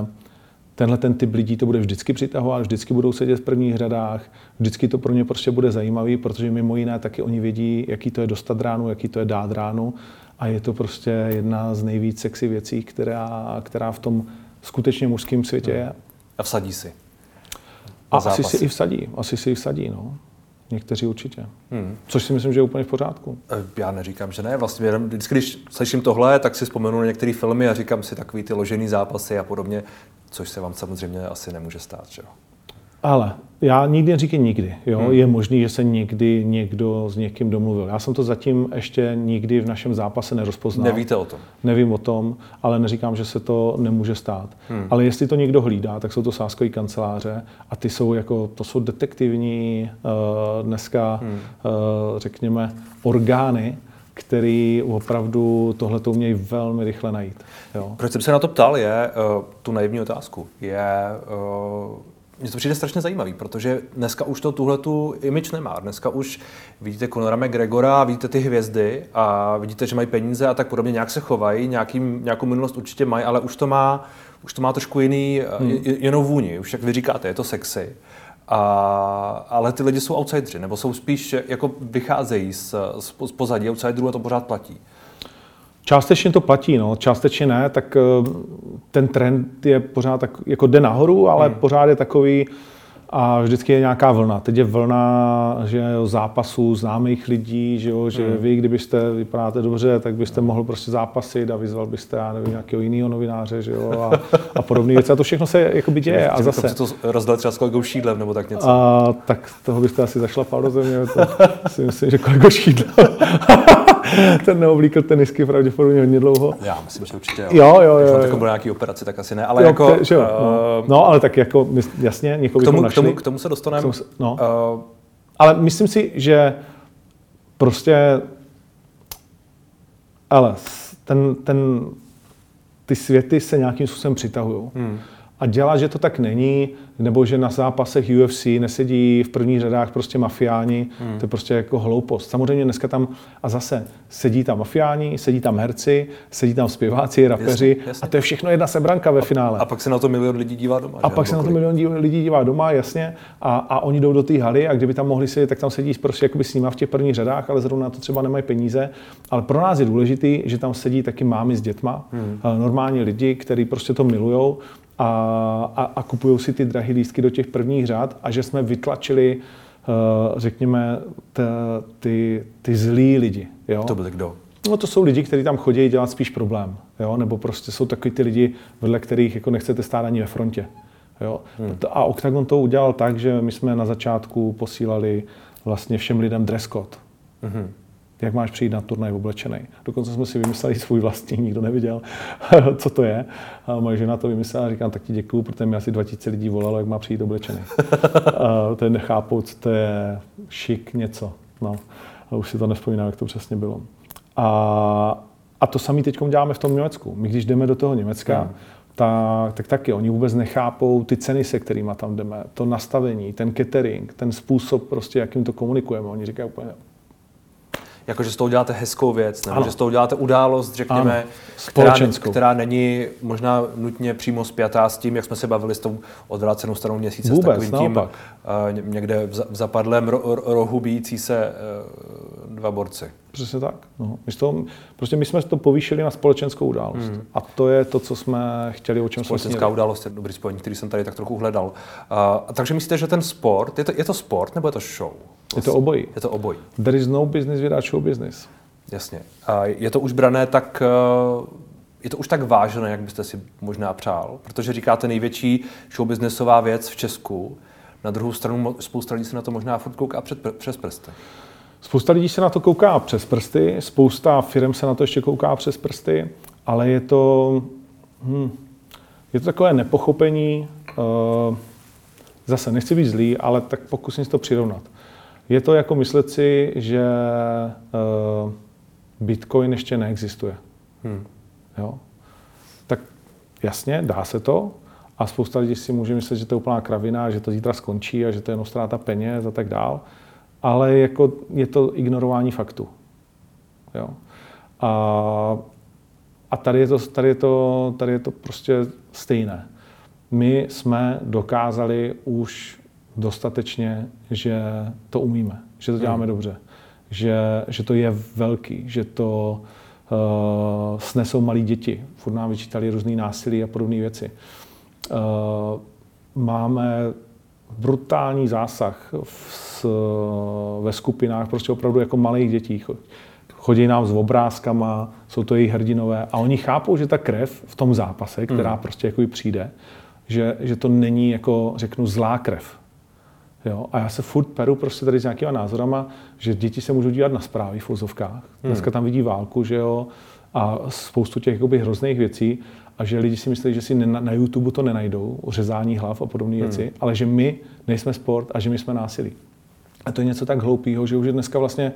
ten typ lidí to bude vždycky přitahovat, vždycky budou sedět v prvních řadách, vždycky to pro ně prostě bude zajímavý, protože mimo jiné taky oni vědí, jaký to je dostat ránu, jaký to je dát ránu a je to prostě jedna z nejvíc sexy věcí, která v tom skutečně mužském světě je.
A vsadí si.
A asi si i vsadí, no. Někteří určitě. Což si myslím, že je úplně v pořádku.
Já neříkám, že ne. Vlastně jenom vždycky, když slyším tohle, tak si vzpomenu na některé filmy a říkám si takový ty ložený zápasy a podobně, což se vám samozřejmě asi nemůže stát, že jo?
Ale Já nikdy neříkám nikdy. Jo? Je možný, že se někdy někdo s někým domluvil. Já jsem to zatím ještě nikdy v našem zápase nerozpoznal.
Nevíte o tom?
Nevím o tom, ale neříkám, že se to nemůže stát. Ale jestli to někdo hlídá, tak jsou to sázkové kanceláře a ty jsou to jsou detektivní dneska, řekněme, orgány, který opravdu tohleto umějí velmi rychle najít. Jo?
Proč jsem se na to ptal, je tu naivní otázku. Mně to přijde strašně zajímavý, protože dneska už to tuhletu image nemá. Dneska už vidíte Conora McGregora, vidíte ty hvězdy a vidíte, že mají peníze a tak podobně, nějak se chovají, nějakou minulost určitě mají, ale už to má trošku jinou vůni. Už jak vy říkáte, je to sexy. Ale ty lidi jsou outsideri, nebo jsou spíš jako vycházejí z pozadí outsiderů a to pořád platí.
Částečně to platí, no, částečně ne, tak ten trend je pořád tak, jako jde nahoru, ale pořád je takový a vždycky je nějaká vlna. Teď je vlna, že zápasů známých lidí, že vy, kdybyste vypadáte dobře, tak byste mohl prostě zápasit a vyzval byste, já nevím, nějakého jiného novináře, že jo, a podobné věci. A to všechno se jakoby děje. A zase
to rozdali třeba s kolegou Šídlem nebo tak něco.
Tak toho byste asi zašlapal do země, to si myslím, že kolego Šídl. Ten neoblíkl tenisky pravděpodobně hodně dlouho.
Já myslím, že určitě
jo.
Když bylo nějaký operaci, tak asi ne, ale jako...
No, ale tak jako, jasně, někoho bychom našli.
K tomu se dostaneme.
Ale myslím si, že prostě... Ale ty světy se nějakým způsobem přitahují. A dělat, že to tak není, nebo že na zápasech UFC nesedí v prvních řadách prostě mafiáni, to je prostě jako hloupost. Samozřejmě dneska tam, a zase, sedí tam mafiáni, sedí tam herci, sedí tam zpěváci, rapeři, jasně. A to je všechno jedna sebranka ve finále.
A pak se na to milion lidí dívá doma.
A pak se na to milion lidí dívá doma, jasně, a oni jdou do té haly a kdyby tam mohli sedět, tak tam sedí prostě jakoby s nima v těch prvních řadách, ale zrovna na to třeba nemají peníze. Ale pro nás je důležitý, že tam sedí taky mámy s dětma, normální lidi, kteří prostě to milujou. A kupují si ty drahé lístky do těch prvních řad a že jsme vytlačili, řekněme, ty zlí lidi. Jo?
To byli kdo?
No to jsou lidi, kteří tam chodí dělat spíš problém. Jo? Nebo prostě jsou takový ty lidi, vedle kterých jako nechcete stát ani ve frontě. Jo? A Octagon to udělal tak, že my jsme na začátku posílali vlastně všem lidem dress code. Jak máš přijít na turnaj oblečený. Dokonce jsme si vymysleli svůj vlastní, nikdo neviděl, co to je. A moje žena to vymyslela a říkám, tak ti děkuju, protože mi asi 2000 lidí volalo, jak má přijít oblečený. To je nechápou, co to je šik něco. No. A už si to nevzpomínám, jak to přesně bylo. A to samé teď děláme v tom Německu. My když jdeme do toho Německa, tak taky oni vůbec nechápou ty ceny, se kterými tam jdeme, to nastavení, ten catering, ten způsob, prostě, jakým to komunikujeme. Oni říkají úplně,
jako, že z toho děláte hezkou věc, nebo že z toho děláte událost, řekněme, která není možná nutně přímo spjatá s tím, jak jsme se bavili s tou odvrácenou stranou měsíce,
vůbec,
s takovým tím někde v zapadlém rohu bíjící se dva borci.
Přesně tak. No. My jsme to povýšili na společenskou událost. A to je to, co jsme chtěli, o čem jsme
Společenská událost je dobrý spojení, který jsem tady tak trochu hledal. Takže myslíte, že ten sport, je to sport nebo je to show?
Je to obojí.
Je to obojí.
There is no business without show business.
Jasně. A je to už brané tak, je to už tak vážené, jak byste si možná přál? Protože říkáte největší showbusinessová věc v Česku. Na druhou stranu spousta lidí se na to možná furt kouká přes prsty.
Spousta lidí se na to kouká přes prsty, spousta firem se na to ještě kouká přes prsty, ale je to takové nepochopení. Zase nechci být zlý, ale tak pokusím si to přirovnat. Je to jako myslet si, že Bitcoin ještě neexistuje. Jo? Tak jasně, dá se to a spousta lidí si může myslet, že to je úplná kravina, že to zítra skončí a že to je jenom ztráta peněz a tak dál. Ale jako je to ignorování faktu. Jo? A tady je to prostě stejné. My jsme dokázali už dostatečně, že to umíme, že to děláme dobře, že to je velký, že to snesou malí děti. Furt nám vyčítali různý násilí a podobné věci. Máme brutální zásah ve skupinách, prostě opravdu jako malých dětí. Chodí nám s obrázkama, jsou to jejich hrdinové a oni chápou, že ta krev v tom zápase, která prostě jako přijde, že to není jako, řeknu, zlá krev. Jo? A já se furt peru prostě tady s nějakýma názorama, že děti se můžou dívat na zprávy v ozovkách. Dneska tam vidí válku, že jo, a spoustu těch jakoby hrozných věcí a že lidi si myslí, že si na YouTube to nenajdou, řezání hlav a podobné věci, ale že my nejsme sport a že my jsme násilí. A to je něco tak hloupého, že už je dneska vlastně,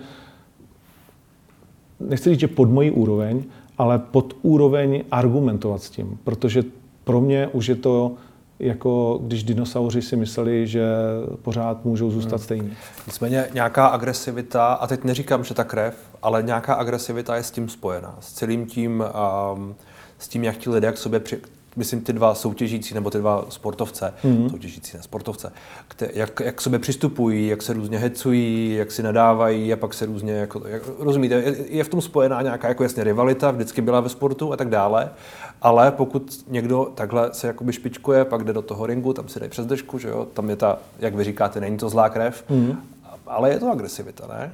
nechci říct, že pod mojí úroveň, ale pod úroveň argumentovat s tím, protože pro mě už je to jako když dinosauři si mysleli, že pořád můžou zůstat stejní.
Nicméně nějaká agresivita, a teď neříkám, že ta krev, ale nějaká agresivita je s tím spojená. S celým tím, s tím, jak ti lidé k sobě, myslím ty dva soutěžící, nebo ty dva sportovce, soutěžící, ne sportovce, jak k sobě přistupují, jak se různě hecují, jak si nadávají a pak se různě, rozumíte, je v tom spojená nějaká jako jasně rivalita, vždycky byla ve sportu a tak dále, ale pokud někdo takhle se jakoby špičkuje, pak jde do toho ringu, tam si dají přes držku, že jo, tam je ta, jak vy říkáte, není to zlá krev, ale je to agresivita, ne?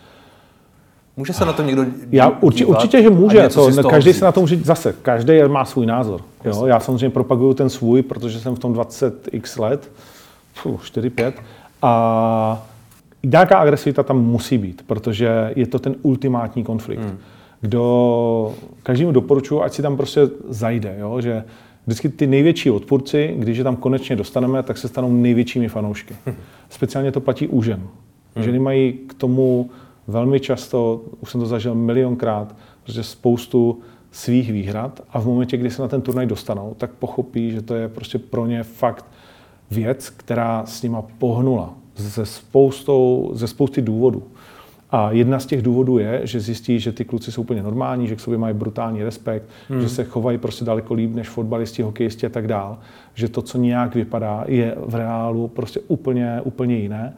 Může se na to někdo
určitě, že může. Každý se na to může zase. Každý má svůj názor. Jo? Já samozřejmě propaguju ten svůj, protože jsem v tom 20x let, 4-5. A nějaká agresivita tam musí být, protože je to ten ultimátní konflikt. Každému doporučuji, ať si tam prostě zajde. Jo? Že vždycky ty největší odpůrci, když je tam konečně dostaneme, tak se stanou největšími fanoušky. Speciálně to platí u žen. Ženy mají k tomu velmi často, už jsem to zažil milionkrát, protože spoustu svých výhrad a v momentě, kdy se na ten turnaj dostanou, tak pochopí, že to je prostě pro ně fakt věc, která s nima pohnula ze spousty důvodů. A jedna z těch důvodů je, že zjistí, že ty kluci jsou úplně normální, že k sobě mají brutální respekt, že se chovají prostě daleko líp než fotbalisti, hokejisti a tak dál, že to, co nějak vypadá, je v reálu prostě úplně jiné.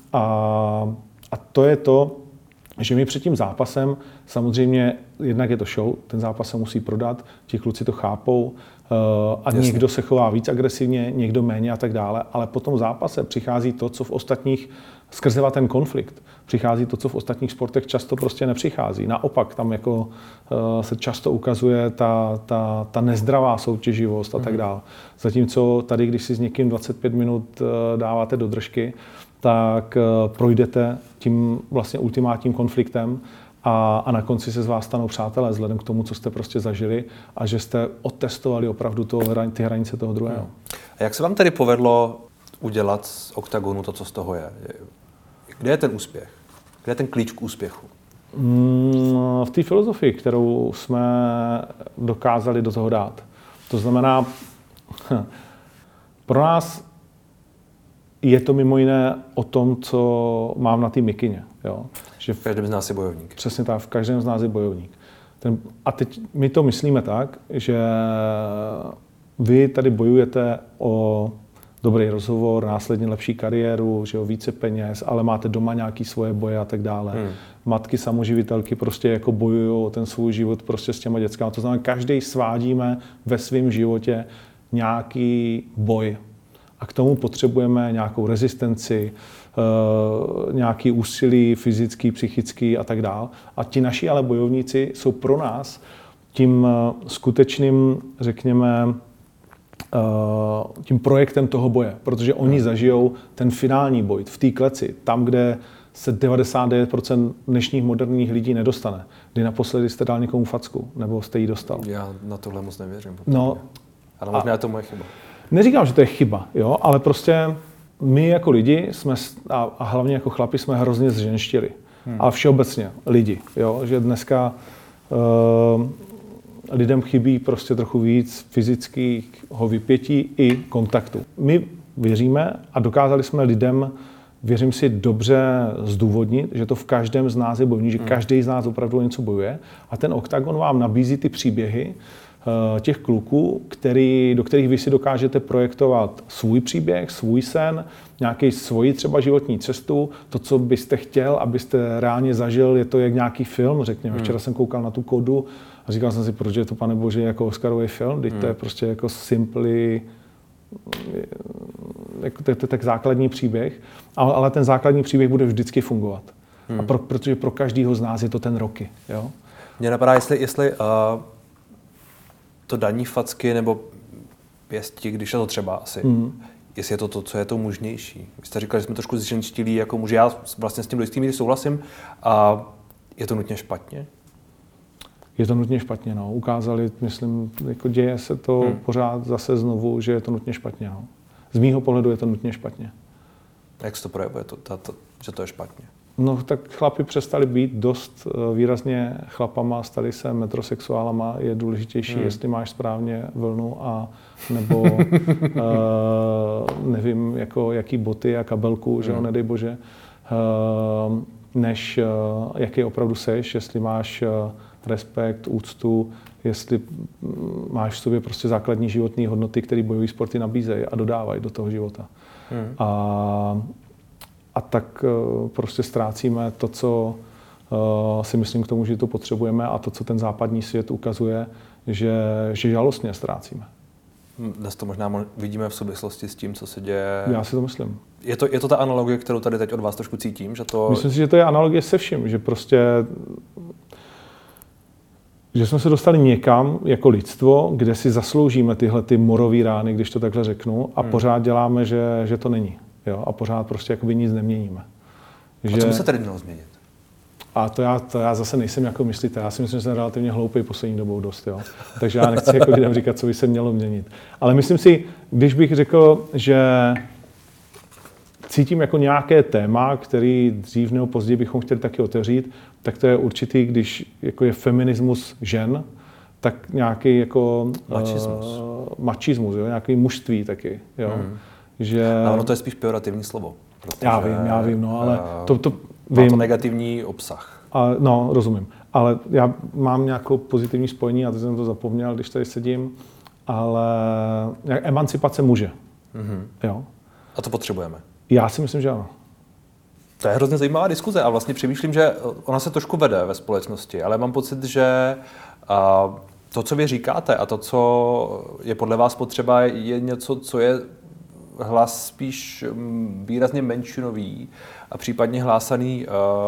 A to je to, že my před tím zápasem, samozřejmě jednak je to show, ten zápas se musí prodat, ti kluci to chápou a někdo se chová víc agresivně, někdo méně a tak dále, ale po tom zápase přichází to, co v ostatních, skrze ten konflikt, přichází to, co v ostatních sportech často prostě nepřichází. Naopak tam jako se často ukazuje ta nezdravá soutěživost a tak dále. Zatímco tady, když si s někým 25 minut dáváte do držky, tak projdete tím vlastně ultimátním konfliktem a na konci se z vás stanou přátelé vzhledem k tomu, co jste prostě zažili a že jste otestovali opravdu ty hranice toho druhého.
A jak se vám tedy povedlo udělat z oktagonu to, co z toho je? Kde je ten úspěch? Kde je ten klíč k úspěchu?
V té filozofii, kterou jsme dokázali do toho dát. To znamená, pro nás je to mimo jiné o tom, co mám na té mikině. Jo?
Že v každém z nás je bojovník.
Přesně tak, v každém z nás je bojovník. A teď my to myslíme tak, že vy tady bojujete o dobrý rozhovor, následně lepší kariéru, že jo, více peněz, ale máte doma nějaký svoje boje a tak dále. Matky samoživitelky prostě jako bojují o ten svůj život prostě s těma dětskama. To znamená, každý svádíme ve svém životě nějaký boj. A k tomu potřebujeme nějakou rezistenci, nějaký úsilí fyzický, psychický a tak dál. A ti naši ale bojovníci jsou pro nás tím skutečným, řekněme, tím projektem toho boje, protože oni zažijou ten finální boj v té kleci, tam, kde se 99% dnešních moderních lidí nedostane. Kdy naposledy jste dal někomu facku, nebo jste jí dostal.
Já na tohle moc nevěřím.
No,
ale možná je to moje chyba.
Neříkám, že to je chyba, jo, ale prostě my jako lidi jsme, a hlavně jako chlapi, jsme hrozně zženštili. A všeobecně lidi, jo, že dneska lidem chybí prostě trochu víc fyzického vypětí i kontaktu. My věříme a dokázali jsme lidem, věřím si, dobře zdůvodnit, že to v každém z nás je bojovník, že každý z nás opravdu něco bojuje a ten oktagon vám nabízí ty příběhy těch kluků, do kterých vy si dokážete projektovat svůj příběh, svůj sen, nějaký svoji třeba životní cestu, to, co byste chtěl, abyste reálně zažil, je to jak nějaký film, řekněme. Včera jsem koukal na tu Kodu a říkal jsem si, proč je to, pane bože, jako Oscarový film, teď to je prostě jako simply, to je tak základní příběh, ale ten základní příběh bude vždycky fungovat. Protože pro každého z nás je to ten Rocky. Jo?
Mně napadá, jestli to daní facky nebo pěsti, když je to třeba asi, jestli je to, co je to mužnější. Vy jste říkal, že jsme trošku zženštilí jako muži. Já vlastně s tím do jistý míry souhlasím. A je to nutně špatně?
Je to nutně špatně, no. Ukázali, myslím, jako děje se to pořád zase znovu, že je to nutně špatně, no. Z mýho pohledu je to nutně špatně.
Jak se to projevuje, že to je špatně?
No tak chlapi přestali být dost výrazně chlapama, stali se metrosexuálama. Je důležitější, jestli máš správně vlnu a nebo nevím, jako, jaký boty a kabelku, že jo, nedej bože, než jaký opravdu seš, jestli máš respekt, úctu, jestli máš v sobě prostě základní životní hodnoty, které bojové sporty nabízejí a dodávají do toho života. A tak prostě ztrácíme to, co si myslím k tomu, že to potřebujeme a to, co ten západní svět ukazuje, že žalostně ztrácíme.
Dnes to možná vidíme v souvislosti s tím, co se děje.
Já si to myslím.
Je to ta analogie, kterou tady teď od vás trošku cítím? Že to...
Myslím si, že to je analogie se vším, že prostě že jsme se dostali někam jako lidstvo, kde si zasloužíme tyhle ty morové rány, když to takhle řeknu, a pořád děláme, že to není. Jo? A pořád prostě jakoby nic neměníme.
A co by se tedy mělo změnit?
A to já zase nejsem jako myslitel. Já si myslím, že jsem relativně hloupý poslední dobou dost. Jo? Takže já nechci jako lidem říkat, co by se mělo měnit. Ale myslím si, když bych řekl, že cítím jako nějaké téma, který dřív nebo později bychom chtěli taky otevřít, tak to je určitý, když jako je feminismus žen, tak nějaký jako mačismus, jo? Nějaký mužství taky. Jo? Že...
A ono to je spíš pejorativní slovo. Protože,
já vím, no, ale to
má to negativní obsah.
No, rozumím. Ale já mám nějakou pozitivní spojení, a teď jsem to zapomněl, když tady sedím, ale emancipace muže. Jo?
A to potřebujeme.
Já si myslím, že ano.
To je hrozně zajímavá diskuze a vlastně přemýšlím, že ona se trošku vede ve společnosti, ale mám pocit, že to, co vy říkáte a to, co je podle vás potřeba, je něco, co je hlas spíš výrazně menšinový a případně hlásaný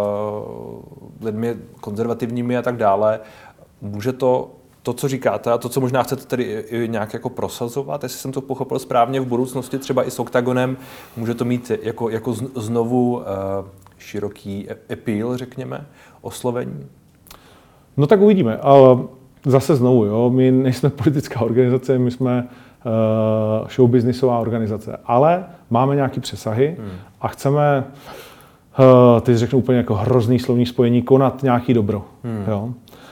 lidmi konzervativními a tak dále. Může to, co říkáte a to, co možná chcete tedy i nějak jako prosazovat, jestli jsem to pochopil správně, v budoucnosti třeba i s Octagonem, může to mít jako znovu široký appeal, řekněme, oslovení?
No tak uvidíme, ale zase znovu, jo, my nejsme politická organizace, my jsme showbiznisová organizace, ale máme nějaké přesahy a chceme, teď řeknu úplně jako hrozný slovní spojení, konat nějaký dobro. Jo?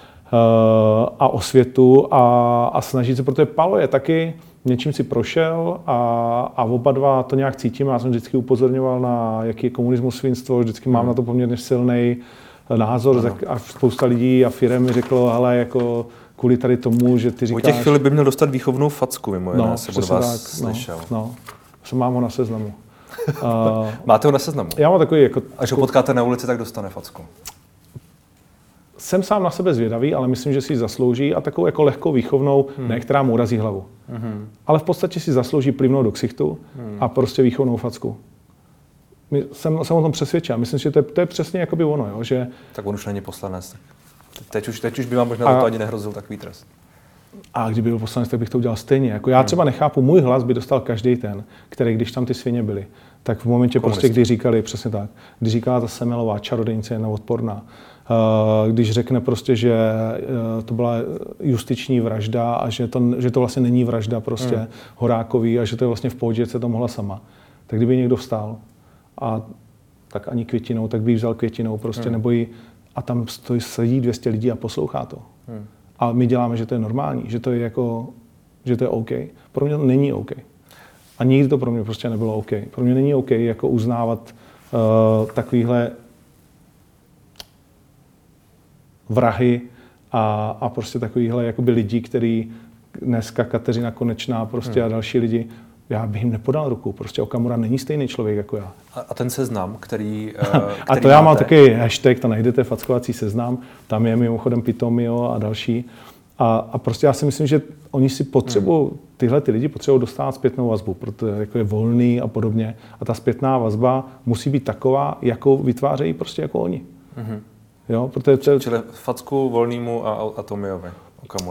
A osvětu a snažit se, protože Palo je taky něčím si prošel a oba dva to nějak cítíme. Já jsem vždycky upozorňoval na jaký je komunismus svinstvo, vždycky mám na to poměrně silný názor a spousta lidí a firem mi řeklo, hele, jako kvůli tady tomu, že ty říkáš...
Vojtěch Filip by měl dostat výchovnou facku, mimo jiné, jsem od vás slyšel.
No, mám ho na seznamu.
Máte ho na seznamu?
Já mám takový jako...
Až ho potkáte na ulici, tak dostane facku.
Jsem sám na sebe zvědavý, ale myslím, že si ji zaslouží a takovou jako lehkou výchovnou, ne, která mu urazí hlavu. Ale v podstatě si zaslouží plivnout do ksichtu a prostě výchovnou facku. Jsem o tom přesvědčen. Myslím, že to je přesně jakoby ono, jo, že...
Tak on už není poslanec. Teď už by vám možná to ani nehrozil takový trest.
A kdyby byl poslanec, tak bych to udělal stejně. Jako já třeba nechápu, můj hlas by dostal každý ten, který, když tam ty svině byly, tak v momentě prostě, kdy říkali, přesně tak, když říkala ta Semelová, čarodějnice je neodporná, když řekne prostě, že to byla justiční vražda a že to vlastně není vražda prostě Horákový a že to je vlastně v pohodě, že se to mohla sama. Tak kdyby někdo vstal a tak ani květinou, tak by jí vzal květinou prostě, nebo jí, a tam sedí 200 lidí a poslouchá to. A my děláme, že to je normální, že to je jako, že to je OK. Pro mě to není OK. A nikdy to pro mě prostě nebylo OK. Pro mě není OK jako uznávat takovýhle vrahy a prostě takovýhle jakoby lidi, který dneska Kateřina Konečná prostě a další lidi, já bych jim nepodal ruku. Prostě Okamura není stejný člověk jako já.
A ten seznam, který
a to já mám taky hashtag, to najdete, fackovací seznam, tam je mimochodem Pitomio a další. A prostě já si myslím, že oni si potřebují, tyhle ty lidi potřebují dostat zpětnou vazbu, protože jako je volný a podobně. A ta zpětná vazba musí být taková, jakou vytvářejí prostě jako oni. Jo, protože
Čili facku Volnýmu a Tomiovi, Okamurovi.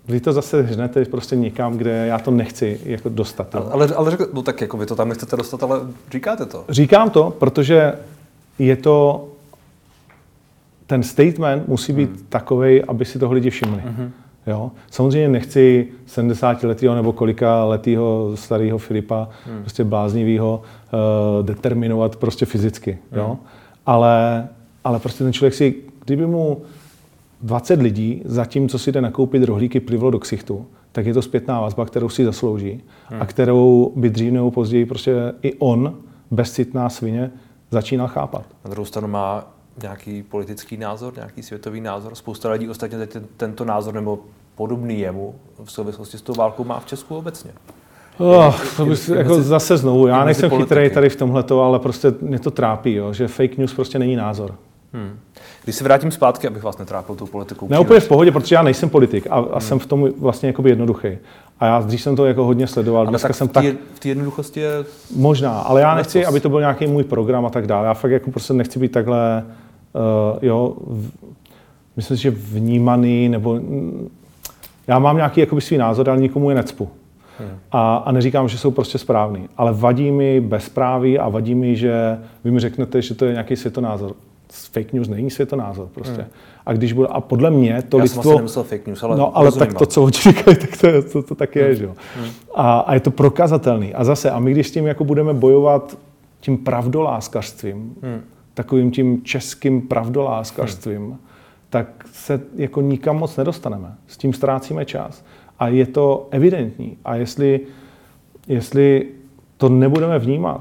vy to zase hnete prostě někam, kde já to nechci jako dostat.
Ale no tak jako vy to tam nechcete dostat, ale říkáte to.
Říkám to, protože je to, ten statement musí být takovej, aby si toho lidi všimli. Jo? Samozřejmě nechci 70letého nebo kolika letého starého Filipa, prostě bláznivýho, determinovat prostě fyzicky. Jo? Ale prostě ten člověk si, kdyby mu 20 lidí za tím, co si jde nakoupit rohlíky, plivlo do ksichtu, tak je to zpětná vazba, kterou si zaslouží a kterou by dřív nebo později prostě i on, bezcitná svině, začínal chápat.
Na druhou stranu má nějaký politický názor, nějaký světový názor. Spousta lidí ostatně tento názor nebo podobný jemu v souvislosti s tou válkou má v Česku obecně.
To bys, jako zase znovu, já nejsem chytrý tady v tomhleto, ale prostě mě to trápí, jo, že fake news prostě není názor.
Když se vrátím zpátky, abych vás netrápil tou politikou.
Ne úplně v pohodě, protože já nejsem politik a jsem v tom vlastně jakoby jednoduchý. A já dřív jsem to jako hodně sledoval. Dneska jsem
v té jednoduchosti je...
Možná, ale já nechci, aby to byl nějaký můj program a tak dále. Já fakt jako prostě nechci být takhle, myslím si, že vnímaný, nebo já mám nějaký jakoby svý názor, ale nikomu je necpu. A neříkám, že jsou prostě správný. Ale vadí mi bezpráví a vadí mi, že vy mi řeknete, že to je nějaký světonázor. Fake news není světonázor prostě. A když bude, a podle mě to lidstvo...
Já jsem asi nemyslel fake news, ale...
No, ale tak to, co oni říkají, tak to tak je, že jo. A je to prokazatelný. A zase, a my když s tím jako budeme bojovat tím pravdoláskařstvím, takovým tím českým pravdoláskařstvím, tak se jako nikam moc nedostaneme. S tím ztrácíme čas. A je to evidentní. A jestli to nebudeme vnímat,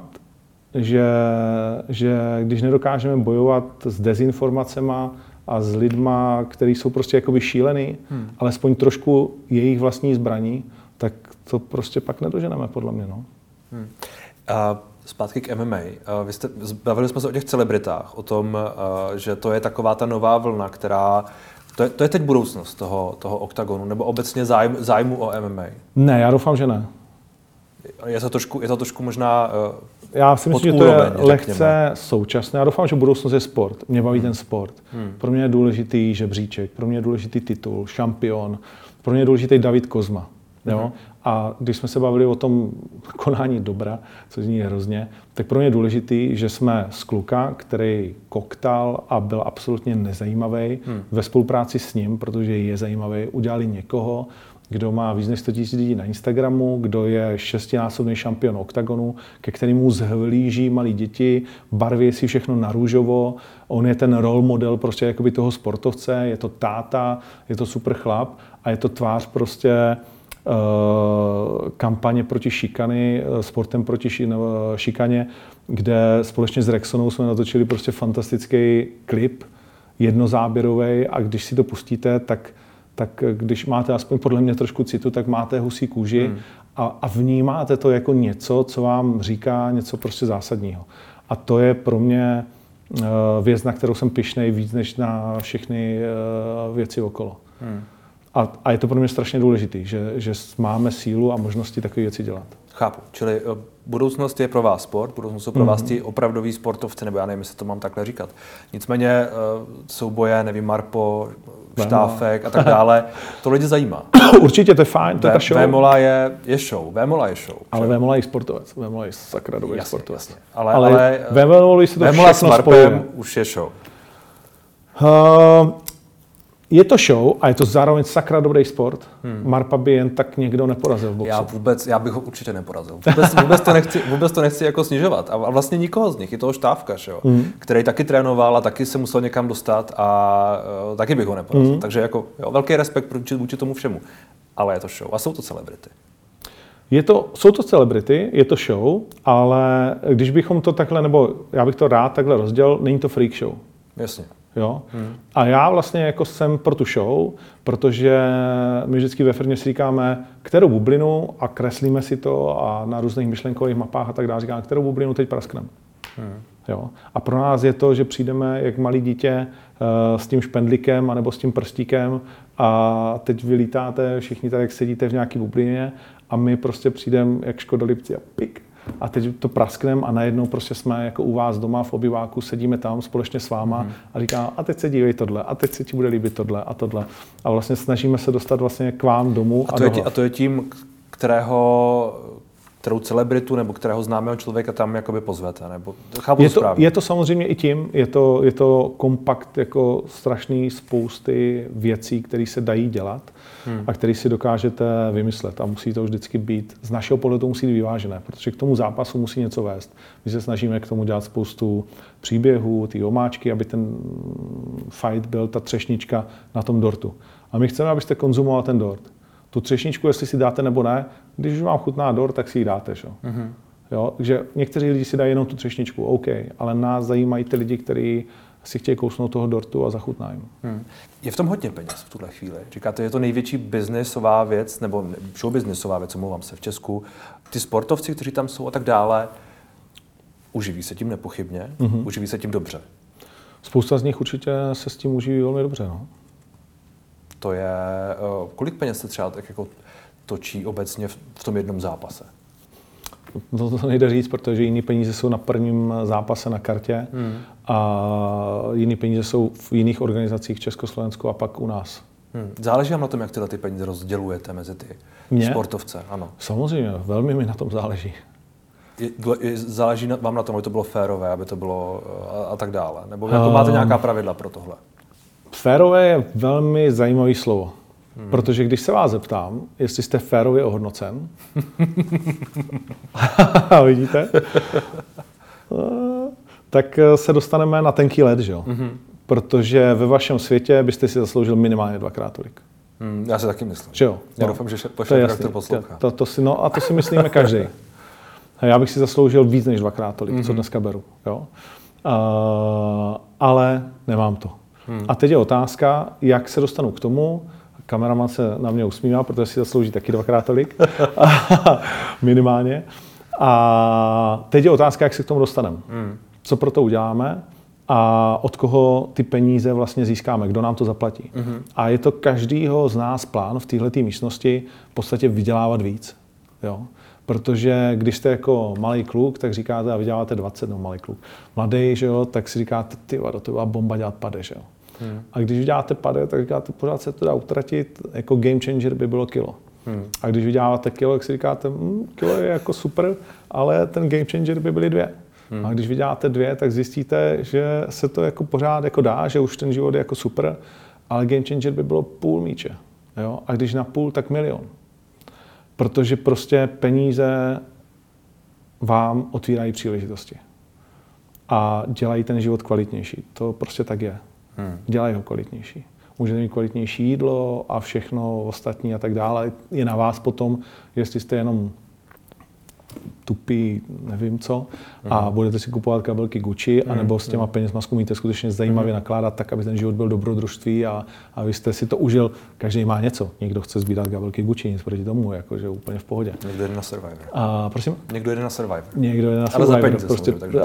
že když nedokážeme bojovat s dezinformacema a s lidma, kteří jsou prostě jakoby šílený, alespoň trošku jejich vlastní zbraní, tak to prostě pak nedoženeme, podle mě. No.
A zpátky k MMA. Bavili jsme se o těch celebritách, o tom, že to je taková ta nová vlna, která... To je teď budoucnost toho oktagonu, nebo obecně zájmu o MMA?
Ne, já doufám, že ne.
Je to trošku možná
já si myslím, že to je lehce současné. Já doufám, že budoucnost je sport. Mě baví ten sport. Pro mě je důležitý žebříček, pro mě je důležitý titul, šampion, pro mě je důležitý David Kozma. Jo? A když jsme se bavili o tom konání dobra, což zní hrozně, tak pro mě je důležitý, že jsme z kluka, který koktal a byl absolutně nezajímavý, ve spolupráci s ním, protože je zajímavý, udělali někoho, kdo má víc než 100 000 lidí na Instagramu, kdo je 6násobný šampion oktagonu, ke kterému zhlíží malí děti, barví si všechno na růžovo, on je ten role model prostě jakoby toho sportovce, je to táta, je to super chlap a je to tvář prostě kampaně proti šikany, sportem proti šikaně, kde společně s Rexonou jsme natočili prostě fantastický klip, jednozáběrový a když si to pustíte, tak když máte aspoň podle mě trošku citu, tak máte husí kůži a vnímáte to jako něco, co vám říká něco prostě zásadního. A to je pro mě věc, na kterou jsem pyšnej víc než na všechny věci okolo. A je to pro mě strašně důležitý, že máme sílu a možnosti takové věci dělat.
Chápu. Čili budoucnost je pro vás sport, budoucnost jsou pro vás ti opravdoví sportovci, nebo já nevím, jestli to mám takhle říkat. Nicméně souboje, nevím, Marpo, Štáfek a tak dále, to lidi zajímá.
Určitě, to je fajn, to je ta show.
Vémola je show, Vémola je show.
Ale Vémola je sportovec, Vémola je sakra dobrý sportovec.
Jasně. Ale
Vémolovi se to
Vémola s Marpem
spojuje.
už je show.
Je to show a je to zároveň sakra dobrý sport. Marpa by jen tak někdo neporazil v boxu.
Já bych ho určitě neporazil. Vůbec to nechci jako snižovat. A vlastně nikoho z nich, i toho Štávka, který taky trénoval a taky se musel někam dostat a taky bych ho neporazil. Takže jako velký respekt vůči tomu všemu. Ale je to show a jsou to celebrity.
Jsou to celebrity, je to show, ale když bychom to takhle, nebo já bych to rád takhle rozdělil, není to freak show.
Jasně.
Jo? A já vlastně jako jsem pro tu show, protože my vždycky ve firmě si říkáme, kterou bublinu a kreslíme si to a na různých myšlenkových mapách a tak dále říkáme, kterou bublinu teď praskneme. Jo? A pro nás je to, že přijdeme jak malý dítě s tím špendlíkem anebo s tím prstíkem a teď vylítáte všichni tady, jak sedíte v nějaký bublině a my prostě přijdeme jak škodolibci a pik. a teď to prasknem a najednou prostě jsme jako u vás doma v obyváku, sedíme tam společně s váma a říká, a teď se dívej tohle, a teď se ti bude líbit tohle a tohle. A vlastně snažíme se dostat vlastně k vám domů.
A to je tím, kterou celebritu nebo kterého známého člověka tam jakoby pozvete, nebo chápu to správně?
Je to samozřejmě i tím, je to kompakt jako strašný spousty věcí, které se dají dělat a které si dokážete vymyslet a musí to vždycky být, z našeho pohledu musí být vyvážené, protože k tomu zápasu musí něco vést. My se snažíme k tomu dělat spoustu příběhů, ty omáčky, aby ten fight byl ta třešnička na tom dortu. A my chceme, abyste konzumoval ten dort. Tu třešničku, jestli si dáte nebo ne, když už vám chutná dort, tak si ji dáte. Jo? Takže někteří lidi si dají jenom tu třešničku, OK, ale nás zajímají ty lidi, kteří si chtějí kousnout toho dortu a zachutná jim.
Je v tom hodně peněz v tuhle chvíli. Říkáte, je to největší biznesová věc, nebo showbiznesová věc, omlouvám se, v Česku. Ty sportovci, kteří tam jsou a tak dále, uživí se tím nepochybně, uživí se tím dobře.
Spousta z nich určitě se s tím uživí velmi dobře. No.
To je, kolik peněz se třeba tak jako točí obecně v tom jednom zápase?
To nejde říct, protože jiný peníze jsou na prvním zápase na kartě a jiný peníze jsou v jiných organizacích v Československu a pak u nás.
Záleží vám na tom, jak tyhle ty peníze rozdělujete mezi ty sportovce? Ano.
Samozřejmě, velmi mi na tom záleží.
Záleží vám na tom, aby to bylo férové, aby to bylo a tak dále? Nebo jako máte nějaká pravidla pro tohle?
Férové je velmi zajímavý slovo, protože když se vás zeptám, jestli jste férově ohodnocen, vidíte, tak se dostaneme na tenký led, že jo? Protože ve vašem světě byste si zasloužil minimálně 2x tolik.
Já si taky myslím.
Že jo?
Já doufám, že to poslouchá.
To si myslíme každý. Já bych si zasloužil víc než 2x tolik, co dneska beru. Jo? Ale nemám to. A teď je otázka, jak se dostanu k tomu. Kameraman se na mě usmívá, protože si zaslouží taky 2x tolik. Minimálně. A teď je otázka, jak se k tomu dostaneme. Co pro to uděláme a od koho ty peníze vlastně získáme, kdo nám to zaplatí. A je to každýho z nás plán v této místnosti v podstatě vydělávat víc. Jo? Protože když jste jako malý kluk, tak říkáte a vyděláváte 20, no malý kluk. Mladý, že jo, tak si říkáte, ty vado, to byla bomba dělat pade, že jo. A když vyděláte pade, tak říkáte, pořád se to dá utratit, jako game changer by bylo kilo. A když vyděláváte kilo, tak si říkáte, kilo je jako super, ale ten game changer by byly 2. A když vyděláte 2, tak zjistíte, že se to jako pořád jako dá, že už ten život je jako super, ale game changer by bylo půl míče. Jo? A když na půl, tak 1 000 000. Protože prostě peníze vám otvírají příležitosti a dělají ten život kvalitnější. To prostě tak je. Dělají ho kvalitnější. Můžete mít kvalitnější jídlo a všechno ostatní a tak dále. Je na vás potom, jestli jste jenom tupý, nevím co, a budete si kupovat kabelky Gucci, anebo s těma penězma umíte skutečně zajímavě nakládat tak, aby ten život byl dobrodružství a vy jste si to užil. Každý má něco. Někdo chce sbírat kabelky Gucci, nic proti tomu, jakože úplně v pohodě.
Někdo jede na Survivor.
Prosím?
Někdo jede na Survivor.
Někdo jede na
Survivor. Ale za peníze
prostě.
takže.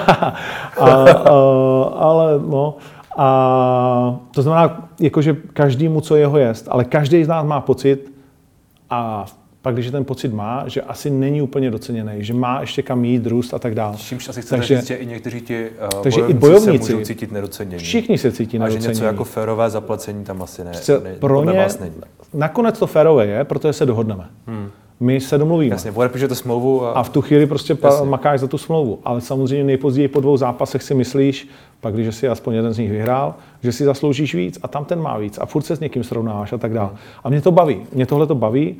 Ale no. A to znamená, jakože každému, co jeho jest, ale každý z nás má pocit a pak, když ten pocit má, že asi není úplně doceněný, že má ještě kam jít, růst a tak dále.
Čímž asi chcete říct, že i někteří ti
bojovníci
se můžou cítit nedocenění.
Všichni se cítí nedocenění.
A že něco jako férové zaplacení tam asi
pro ně,
vás není.
Nakonec to férové je, protože se dohodneme. My se domluvíme.
Jasně, podepíšete smlouvu.
A v tu chvíli prostě makáš za tu smlouvu. Ale samozřejmě nejpozději po 2 zápasech si myslíš, pak když si aspoň jeden z nich vyhrál, že si zasloužíš víc a tam ten má víc a furt se s někým srovnáváš a tak dále. A mě to baví. Mě tohle to baví.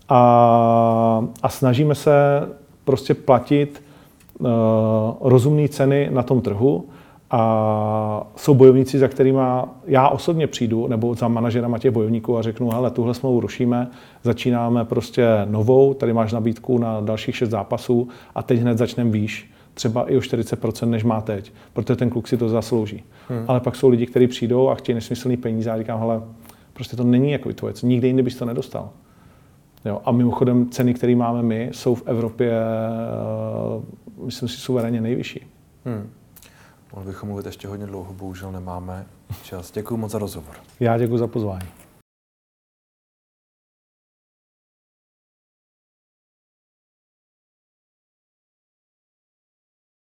A snažíme se prostě platit rozumné ceny na tom trhu a jsou bojovníci, za kterýma já osobně přijdu, nebo za manažerama těch bojovníků a řeknu, hele, tuhle smlouvu rušíme, začínáme prostě novou, tady máš nabídku na dalších 6 zápasů a teď hned začneme výš, třeba i o 40%, než má teď, protože ten kluk si to zaslouží. Ale pak jsou lidi, kteří přijdou a chtějí nesmyslný peníze a říkám, hele, prostě to není jako tvoje, nikde jinde bys to nedostal. Jo, a mimochodem ceny, které máme my, jsou v Evropě, myslím si, suverénně nejvyšší.
Mohli bychom mluvit ještě hodně dlouho, bohužel nemáme čas. Děkuji moc za rozhovor.
Já děkuji za pozvání.